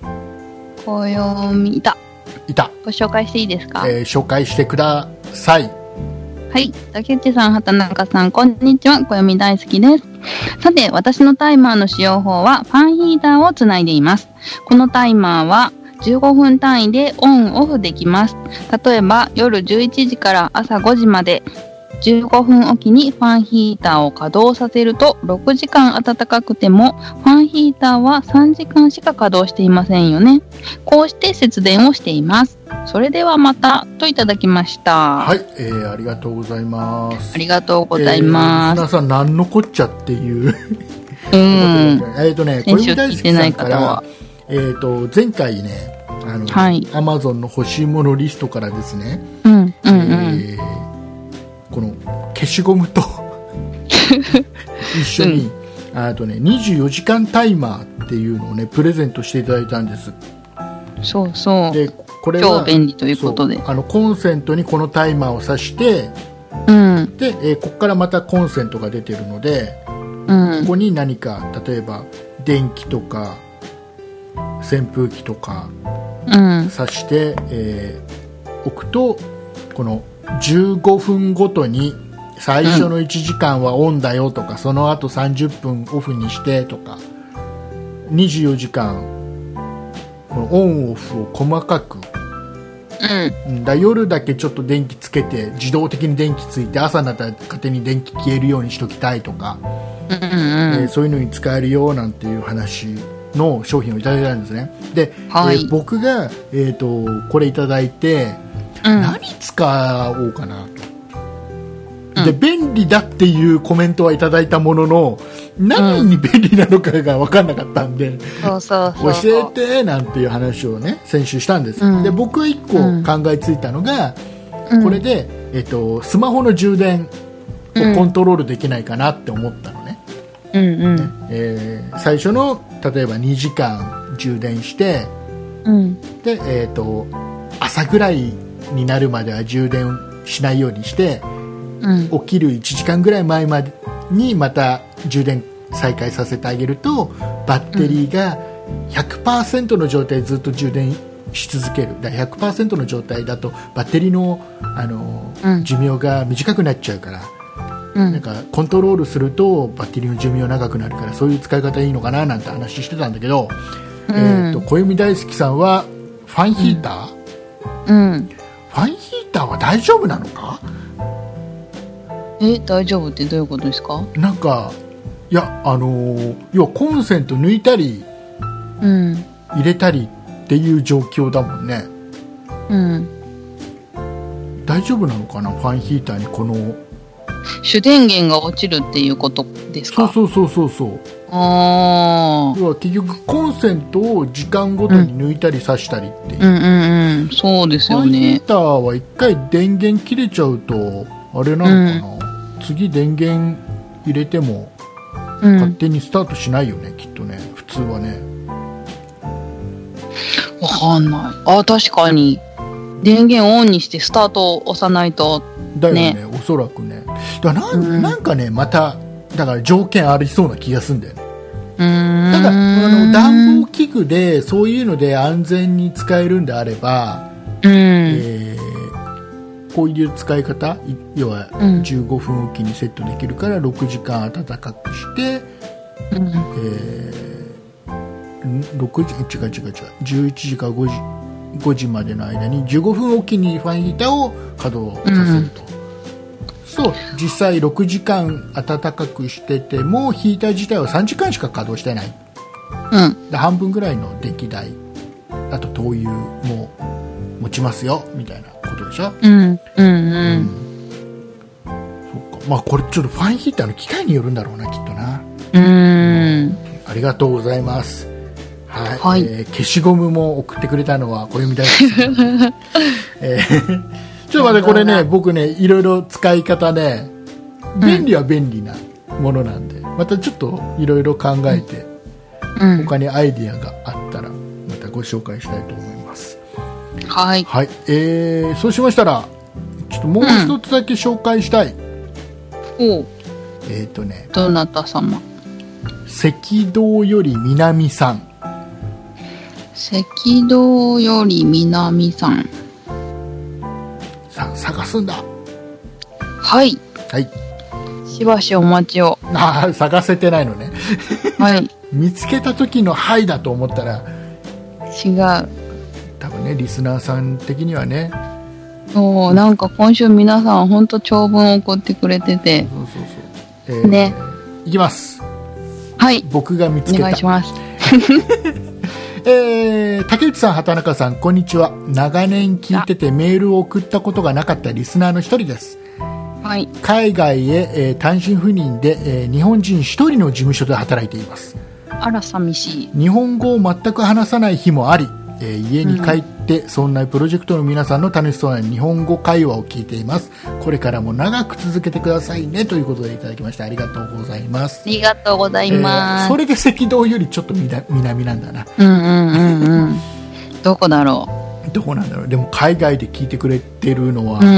暦いた。 いた。 ご紹介していいですか？ えー、紹介してください。 はい。竹内さん、畑中さん、こんにちは。暦大好きです。さて、私のタイマーの使用法は、ファンヒーターをつないでいます。このタイマーは、じゅうごふん単位でオンオフできます。例えば、夜じゅういちじから朝ごじまで、じゅうごふんおきにファンヒーターを稼働させると、ろくじかん暖かくても、ファンヒーターはさんじかんしか稼働していませんよね。こうして節電をしています。それではまた、といただきました。 はい、えー、ありがとうございます。 ありがとうございます。 皆さん、何のこっちゃっていう。うん。えっとね、これ大好きさんから、えっと、前回ね、あの、はい、アマゾンの欲しいものリストからですね、 うん、うん、うん。 えーこの消しゴムと一緒に、うん、あとね、にじゅうよじかんタイマーっていうのをねプレゼントしていただいたんです。 そうそう。 でこれは超便利ということで、 あのコンセントにこのタイマーを挿して、 うん、 で、えー、ここからまたコンセントが出てるので、うん、ここに何か例えば電気とか扇風機とか挿して、うん、えー、置くとこのじゅうごふんごとに最初のいちじかんはオンだよとか、うん、その後さんじゅっぷんオフにしてとかにじゅうよじかんこのオンオフを細かく、うん、だ夜だけちょっと電気つけて自動的に電気ついて朝になったら勝手に電気消えるようにしときたいとか、うんうん、えー、そういうのに使えるよなんていう話の商品をいただいたんですね。で、はい、えー、僕が、えーと、これいただいてうん、何使おうかなと、で、うん、便利だっていうコメントはいただいたものの何に便利なのかが分かんなかったんで、うん、 そうそうそう教えてなんていう話をね先週したんです、うん、で僕はいっこ考えついたのが、うん、これで、えっと、スマホの充電をコントロールできないかなって思ったのね、 うんうんね、 えー、最初の例えばにじかん充電して、うん、で、えーと、朝ぐらいになるまでは充電しないようにして、うん、起きるいちじかんぐらい前までにまた充電再開させてあげるとバッテリーが ひゃくパーセント の状態でずっと充電し続ける。だから ひゃくパーセント の状態だとバッテリーの、あの、うん、寿命が短くなっちゃうから、うん、なんかコントロールするとバッテリーの寿命長くなるからそういう使い方いいのかななんて話してたんだけど、うん、えーと、暦大好きさんはファンヒーター、 うんうん、 ファンヒーターは大丈夫なのか？ え、大丈夫ってどういうことですか？ なんかいや、あのー、要はコンセント抜いたり、 うん、 入れたりっていう状況だもんね。 うん。 大丈夫なのかな、ファンヒーターにこの主電源が落ちるっていうことですか？ そうそうそうそうそう。 ああ。 要は結局コンセントを時間ごとに抜いたり挿したりっていう。 うんうんうん。そうですよね。 ファンヒーターは一回電源切れちゃうとあれなのかな、うん、次電源入れても勝手にスタートしないよね、うん、きっとね、普通はね。 わかんない。あ、確かに電源オンにしてスタートを押さないと、ね、 だよね、おそらくね。だからな、うん、なんかね、まただから条件ありそうな気がするんだよね。 うーん、 ただあの暖房器具でそういうので安全に使えるんであれば、 うん、 えー、こういう使い方、要はじゅうごふんおきにセットできるからろくじかん暖かくして、うん、えー、ろくじ違う違う違うじゅういちじからごじ、ごじまでの間にじゅうごふんおきにファンヒーターを稼働させると、うん、そう実際ろくじかん暖かくしててもヒーター自体はさんじかんしか稼働してない、 うん、 で半分ぐらいの電気代、あと灯油も持ちますよみたいなことでしょ。 うんうんうん、うん、 そうか、まあこれちょっとファンヒーターの機械によるんだろうな、きっとな。 うーん、 ありがとうございます。はい、 はい、 えー、消しゴムも送ってくれたのは暦大好きさん、えー、ちょっと待って、これね、僕ね、いろいろ使い方ね、便利は便利なものなんで、うん、またちょっといろいろ考えて、うん、他にアイディアがあったらまたご紹介したいと思います。 はい、 はい。えー、そうしましたらちょっともう一つだけ紹介したい、 うん、おえっ、ー、とねどなた様。 赤道より南さん。 赤道より南さんさ探すんだ。 はいはいしばしお待ちを。 ああ探せてないのねはい見つけた時のはいだと思ったら違う。 多分ねリスナーさん的にはね、 そうなんか今週皆さん本当長文を送ってくれてて、 そうそうそう、えー、 ねいきます。 はい、 僕が見つけた。 お願いしますえー、竹内さん、畑中さん、こんにちは。長年聞いててメールを送ったことがなかったリスナーの一人です。 はい、 海外へ、えー、単身赴任で、えー、日本人一人の事務所で働いています。 あら寂しい。 日本語を全く話さない日もあり、えー、家に帰って、うん、そんなプロジェクトの皆さんの楽しそうな日本語会話を聞いています。これからも長く続けてくださいねということでいただきました。ありがとうございます。 ありがとうございます、 えー、それで赤道よりちょっと南なんだな。 うんうんうんうんどこだろうどこなんだろう。でも海外で聞いてくれてるのは、 うん、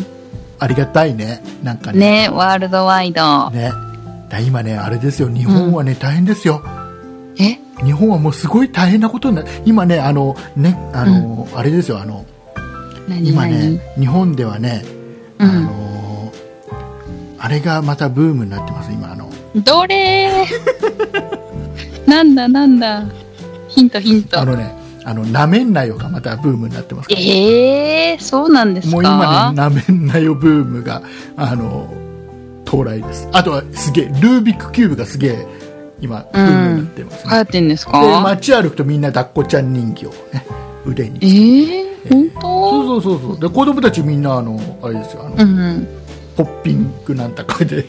ありがたいね。なんかね, ねワールドワイド、 ね、だ今ねあれですよ、日本はね、うん、大変ですよ。 え日本はもうすごい大変なことになる。今ねあのねあの、うん、あれですよあの今ね日本ではね、うん、あのあれがまたブームになってます。今あのどれなんだなんだヒントヒント。 あのねあのなめんなよがまたブームになってますから。 えー、そうなんですか。 もう今ねなめんなよブームがあの到来です。あとはすげえルービックキューブがすげえ今ブームになってますね。 流行ってんですか。 で街歩くとみんな抱っこちゃん人形をね腕につけて、 えー、本当。 そうそうそうそう。で子供たちみんなあのあれですよあの、うんうん、ポッピングなんだかで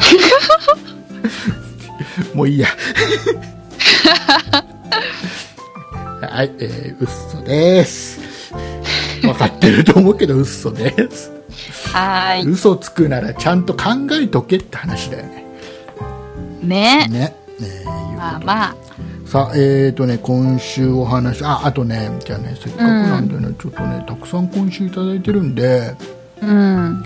もういいやはい、えー、嘘です。分かってると思うけど嘘です。 はい。 嘘つくならちゃんと考えとけって話だよね。 ね。 ね。えー、 まあまあ。 さあ、えーとね、今週お話、あ、あとね、じゃあね、せっかくなんでね、うん、ちょっとね、たくさん今週いただいてるんで、 うん。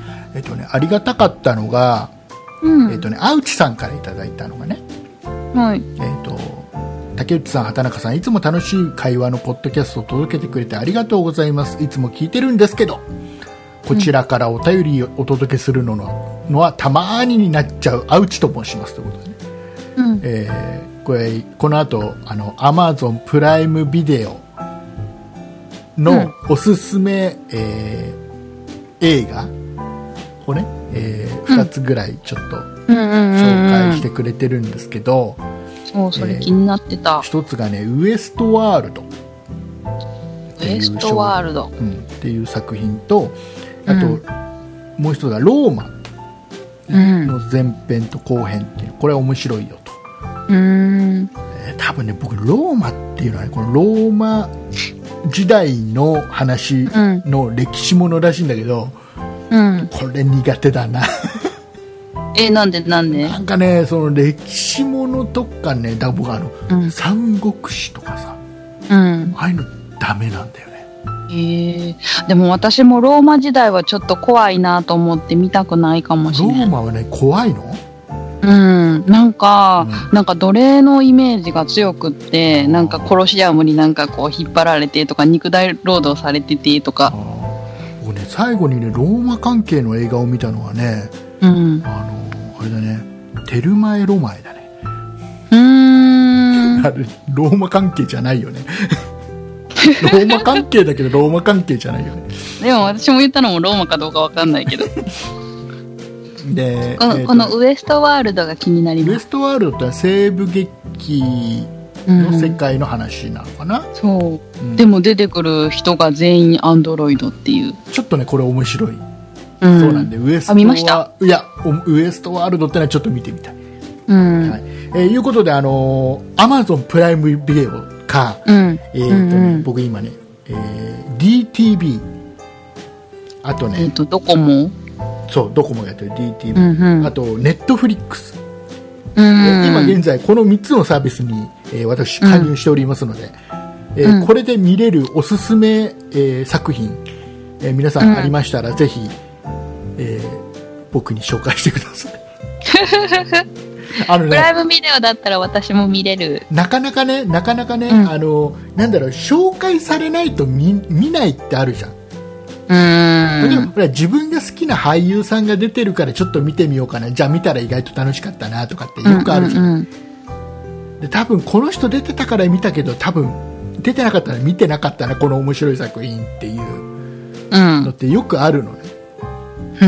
えっとね、ありがたかったのが、 うん、 えっとね、あうちさんからいただいたのがね、 はい。 えっと、竹内さん、畑中さん、いつも楽しい会話のポッドキャストを届けてくれてありがとうございます。いつも聞いてるんですけど、こちらからお便りをお届けするのの、のはたまーにになっちゃうあうちと申しますということでね。 うん、 えー、これこの後あの Amazon プライムビデオのおすすめ、うん、えー、映画をね、えー、ふたつぐらいちょっと紹介してくれてるんですけど、 そうそれ気になってた、えー、 ひとつがねウエストワールドウエストワールド、 うん、っていう作品とあと、うん、もう一つがローマの前編と後編っていうこれは面白いよと。 うーん、 えー、多分ね僕ローマっていうのはねこのローマ時代の話の歴史ものらしいんだけど、 うん、 これ苦手だなえなんでなんでなんかねその歴史ものとかねだ僕あの、うん、三国志とかさ、 うん、 ああいうのダメなんだよね。 えー、でも私もローマ時代はちょっと怖いなと思って見たくないかもしれない。 ローマはね怖いの？ うん、なんか、うん、なんか奴隷のイメージが強くって、なんかコロシアムになんかこう引っ張られてとか肉体労働されててとか。 僕ね最後にねローマ関係の映画を見たのはね、 うん、 あのあれだねテルマエロマエだね。 うーんあれローマ関係じゃないよねローマ関係だけどローマ関係じゃないよね。 でも私も言ったのもローマかどうかわかんないけどでこの、えー、このウエストワールドが気になります。 ウエストワールドって西部劇の世界の話なのかな、 うん、そう、うん、でも出てくる人が全員アンドロイドっていうちょっとねこれ面白い、うん、そうなんでウエストあ見ました。 いやウエストワールドってのはちょっと見てみたい、 うんはいえー、いうことであのー、Amazon プライムビデオか、 うんえーとねうんうん、僕今ね、えー、ディーティービー あとね、 えーとドコモそうドコモがやってる ディーティービー、 うんうん、 あとネットフリックス、 うんうん、 今現在このみっつのサービスに、えー、私加入しておりますので、うんえーうん、これで見れるおすすめ、えー、作品、えー、皆さんありましたら、うん、ぜひ、えー、僕に紹介してください。 あのね、プライムビデオだったら私も見れる。 なかなかね、なかなかね、うん、あのなんだろう、紹介されないと 見, 見ないってあるじゃん。 うーん、 例えば自分が好きな俳優さんが出てるからちょっと見てみようかな、じゃあ見たら意外と楽しかったなとかってよくあるじゃん、うんうんうん、で多分この人出てたから見たけど多分出てなかったら見てなかったなこの面白い作品っていうのってよくあるのね、 うん、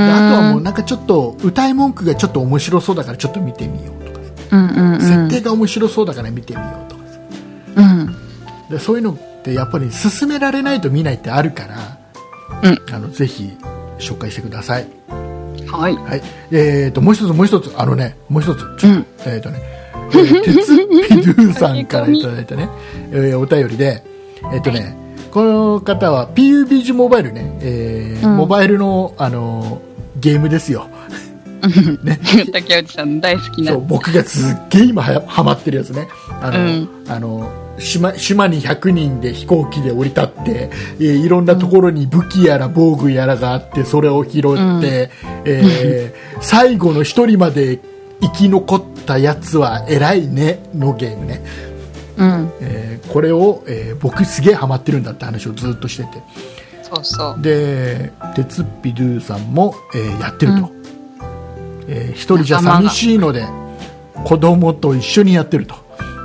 であとはもうなんかちょっと歌い文句がちょっと面白そうだからちょっと見てみようとか、 うんうんうん、 設定が面白そうだから見てみようとか、 うん、 でそういうのってやっぱり勧められないと見ないってあるから、 うん、 あのぜひ紹介してください。 はい、 はい、えーともう一つもう一つあのねもう一つちょっと、うん、えーとね、えー、鉄ピドゥさんからいただいたね、えー、お便りでえーとね、はい、この方は ピーユービージー モバイルね、えーうん、モバイルのあのゲームですよ。 ね、竹内さん大好きな。 そう僕がすっげえ今はハマってるやつね。あの、うん、あの島, 島にひゃくにんで飛行機で降り立って、えー、いろんなところに武器やら防具やらがあってそれを拾って、うんえー、最後の一人まで生き残ったやつは偉いねのゲームね、 うんえー、これを、えー、僕すげえハマってるんだって話をずっとしてて、 そうそうで鉄っぴドゥさんも、えー、やってると、うんえー、一人じゃ寂しいので子供と一緒にやってると。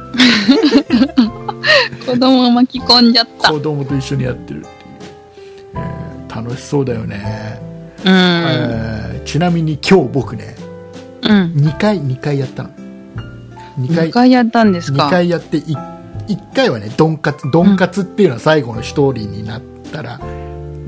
子供を巻き込んじゃった。 子供と一緒にやってるっていう、えー、楽しそうだよね、 うんえー、ちなみに今日僕ね、 うん、 にかいにかいやったの。 にかい、にかいやったんですか。 にかいやって い, いっかいはねドンカツドンカツっていうのは最後のストーリーになったら、うん、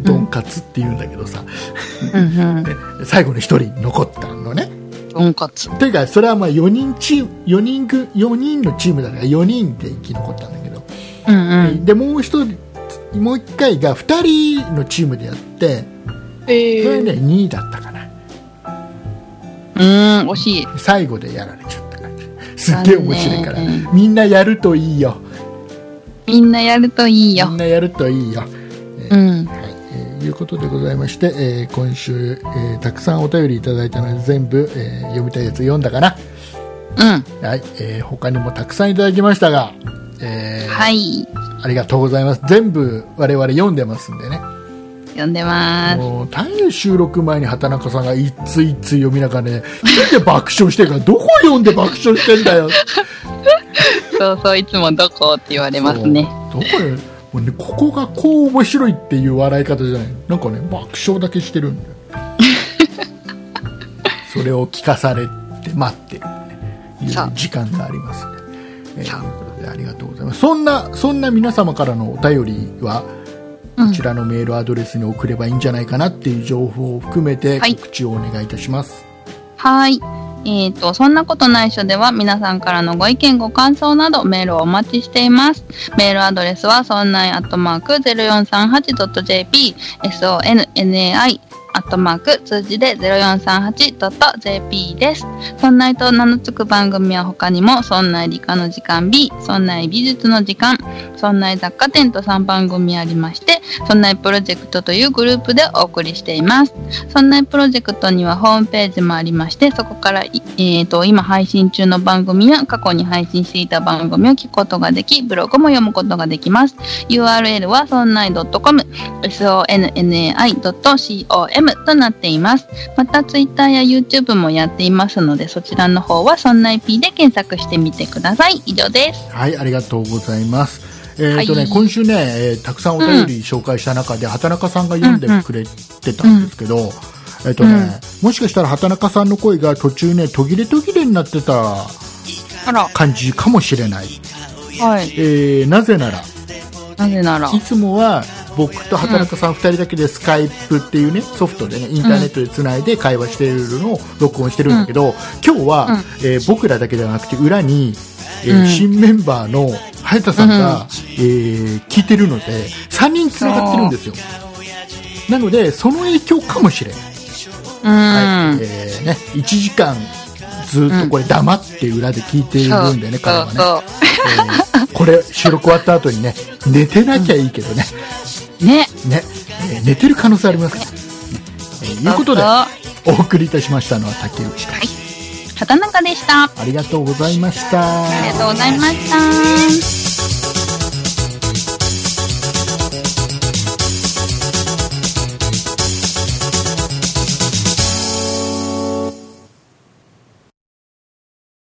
ドンカツって言うんだけどさ、 うんうん、 最後のひとり残ったのね。 ドンカツというかそれはまあよにんチームよにんぐよにんのチームだからよにんで生き残ったんだけど、 うんうん、 でもう一人もう一回がふたりのチームでやって、 えー、 それねにいだったかな。 うーん惜しい。 最後でやられちゃった感じ。すっげえ面白いからみんなやるといいよ。 みんなやるといいよ。 みんなやるといいよ、 えーうんはいえー、いうことでございまして、えー、今週、えー、たくさんお便りいただいたので全部、えー、読みたいやつ読んだかな。 うんはいえー、他にもたくさんいただきましたが、えー、 はいありがとうございます。全部我々読んでますんでね。 読んでます。 もう単に収録前に畑中さんがいついつ読みながらね一人で爆笑してるからどこ読んで爆笑してんだよ。 そうそういつもどこって言われますね。 どこでもうねここがこう面白いっていう笑い方じゃない。なんかね爆笑だけしてるんだよ。それを聞かされて待ってる、ね、いう時間がありますね。えー、ということでありがとうございます。そんなそんな皆様からのお便りはこちらのメールアドレスに送ればいいんじゃないかなっていう情報を含めて告知をお願いいたします。 はい、えーと、そんなことないっしょでは皆さんからのご意見ご感想などメールをお待ちしています。メールアドレスはそんないアットマーク ゼロよんさんはちドットジェーピー ソンナイアットマーク数字で ゼロよんさんはちドットジェーピー です。そんないと名の付く番組は他にもそんない理科の時間 B、そんない美術の時間、そんない雑貨店とさんばん組ありまして、そんないプロジェクトというグループでお送りしています。そんないプロジェクトにはホームページもありまして、そこから、えーと、今配信中の番組や過去に配信していた番組を聞くことができ、ブログも読むことができます。ユーアールエル はそんない .com、ソンナイ ドット コムとなっています。またツイッターや YouTube もやっていますので、そちらの方はそんない P で検索してみてください。以上です。 はい、ありがとうございます。えーとねはい、今週ね、えー、たくさんお便り紹介した中で、うん、畑中さんが読んでくれてたんですけど、うんうん、えーとね、うん、もしかしたら畑中さんの声が途中ね途切れ途切れになってた感じかもしれない。 はい、 えー、なぜならなぜならいつもは僕と畑中さんふたりだけでスカイプっていうねソフトでねインターネットでつないで会話しているのを録音してるんだけど、うん、今日は、うんえー、僕らだけではなくて裏に、えーうん、新メンバーの早田さんが、うんえー、聞いてるのでさんにんつながってるんですよ。なのでその影響かもしれない。 うんはいえーね、いちじかんずっとこれ黙って裏で聞いているんでね、うん、彼はね、えー、 これ収録終わった後にね寝てなきゃいいけどね、 うん、ねね、えー、寝てる可能性ありますから、ねえー、いうことでお送りいたしましたのは竹内と、 はい、畑中でした。 ありがとうございました。 ありがとうございました。